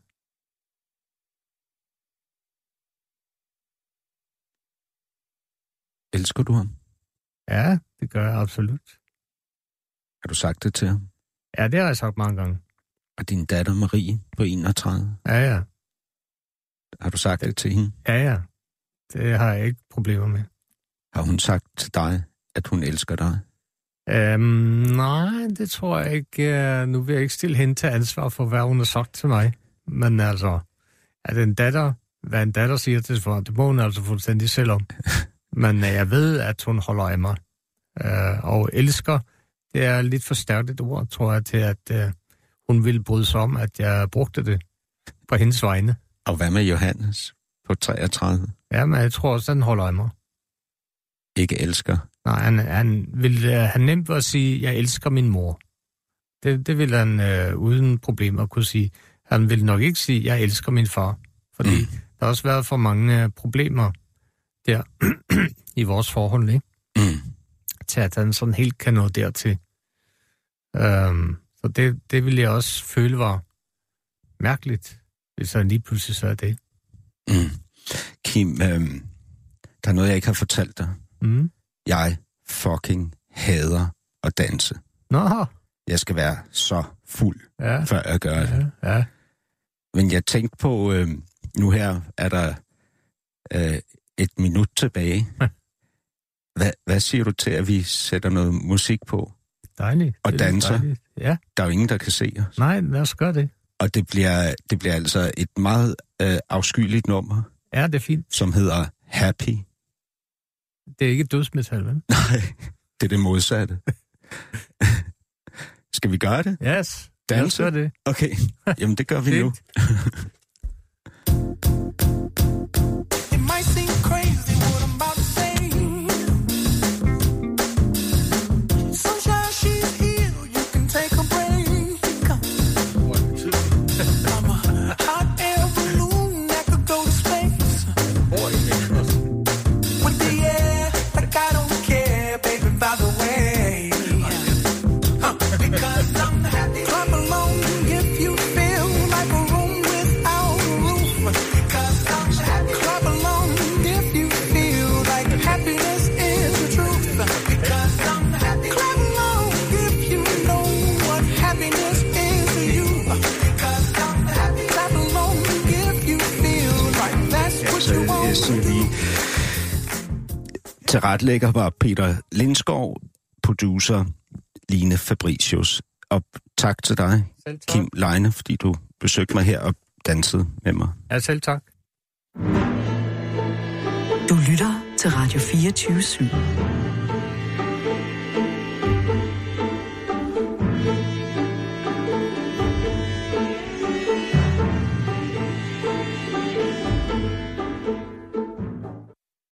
Elsker du ham? Ja, det gør jeg absolut. Har du sagt det til ham? Ja, det har jeg sagt mange gange. Og din datter Marie på 31? Ja. Har du sagt det til hende? Ja. Det har jeg ikke problemer med. Har hun sagt til dig, at hun elsker dig? Nej, det tror jeg ikke. Nu vil jeg ikke stille hende til ansvar for, hvad hun har sagt til mig. Men altså, at hvad en datter siger til svar, det må hun altså fuldstændig selv om. Men jeg ved, at hun holder af mig. Og elsker, det er lidt for stærkt et ord, tror jeg, til at hun ville bryde sig om, at jeg brugte det på hendes vegne. Og hvad med Johannes på 33? Ja, men jeg tror også, at han holder af mig. Ikke elsker? Nej, han nemt at sige, at jeg elsker min mor. Det vil han uden problemer kunne sige. Han vil nok ikke sige, at jeg elsker min far. Fordi der har også været for mange problemer der i vores forhold, ikke? Til at han sådan helt kan nå dertil. Så det ville jeg også føle var mærkeligt, hvis han lige pludselig sagde det. Kim, der er noget, jeg ikke har fortalt dig. Jeg fucking hader at danse. Nå. Jeg skal være så fuld, før jeg gør det. Ja. Men jeg tænkte på, nu her er der et minut tilbage. Hvad siger du til, at vi sætter noget musik på? Dejligt. Og danser? Dejligt. Ja. Der er jo ingen, der kan se os. Nej, lad os gøre det. Og det bliver altså et meget afskyeligt nummer. Ja, det er fint. Som hedder Happy. Det er ikke dødsmetal, vel? Nej, det er det modsatte. Skal vi gøre det? Yes. Danse? Lad os gøre det. Okay, jamen det gør vi nu. It might seem crazy what I'm about to say. Sunshine, she's here, you can take a break. I'm a hot air balloon that could go to space. With the air, like I don't care, baby, by the way. Because I'm happy. Clap along if you feel like a room without dansende lige. Tilretlægger var Peter Lindskov, producer Line Fabricius. Og tak til dig, Kim Leine, fordi du besøgte mig her og dansede med mig. Ja, selv tak. Du lytter til Radio 24/7.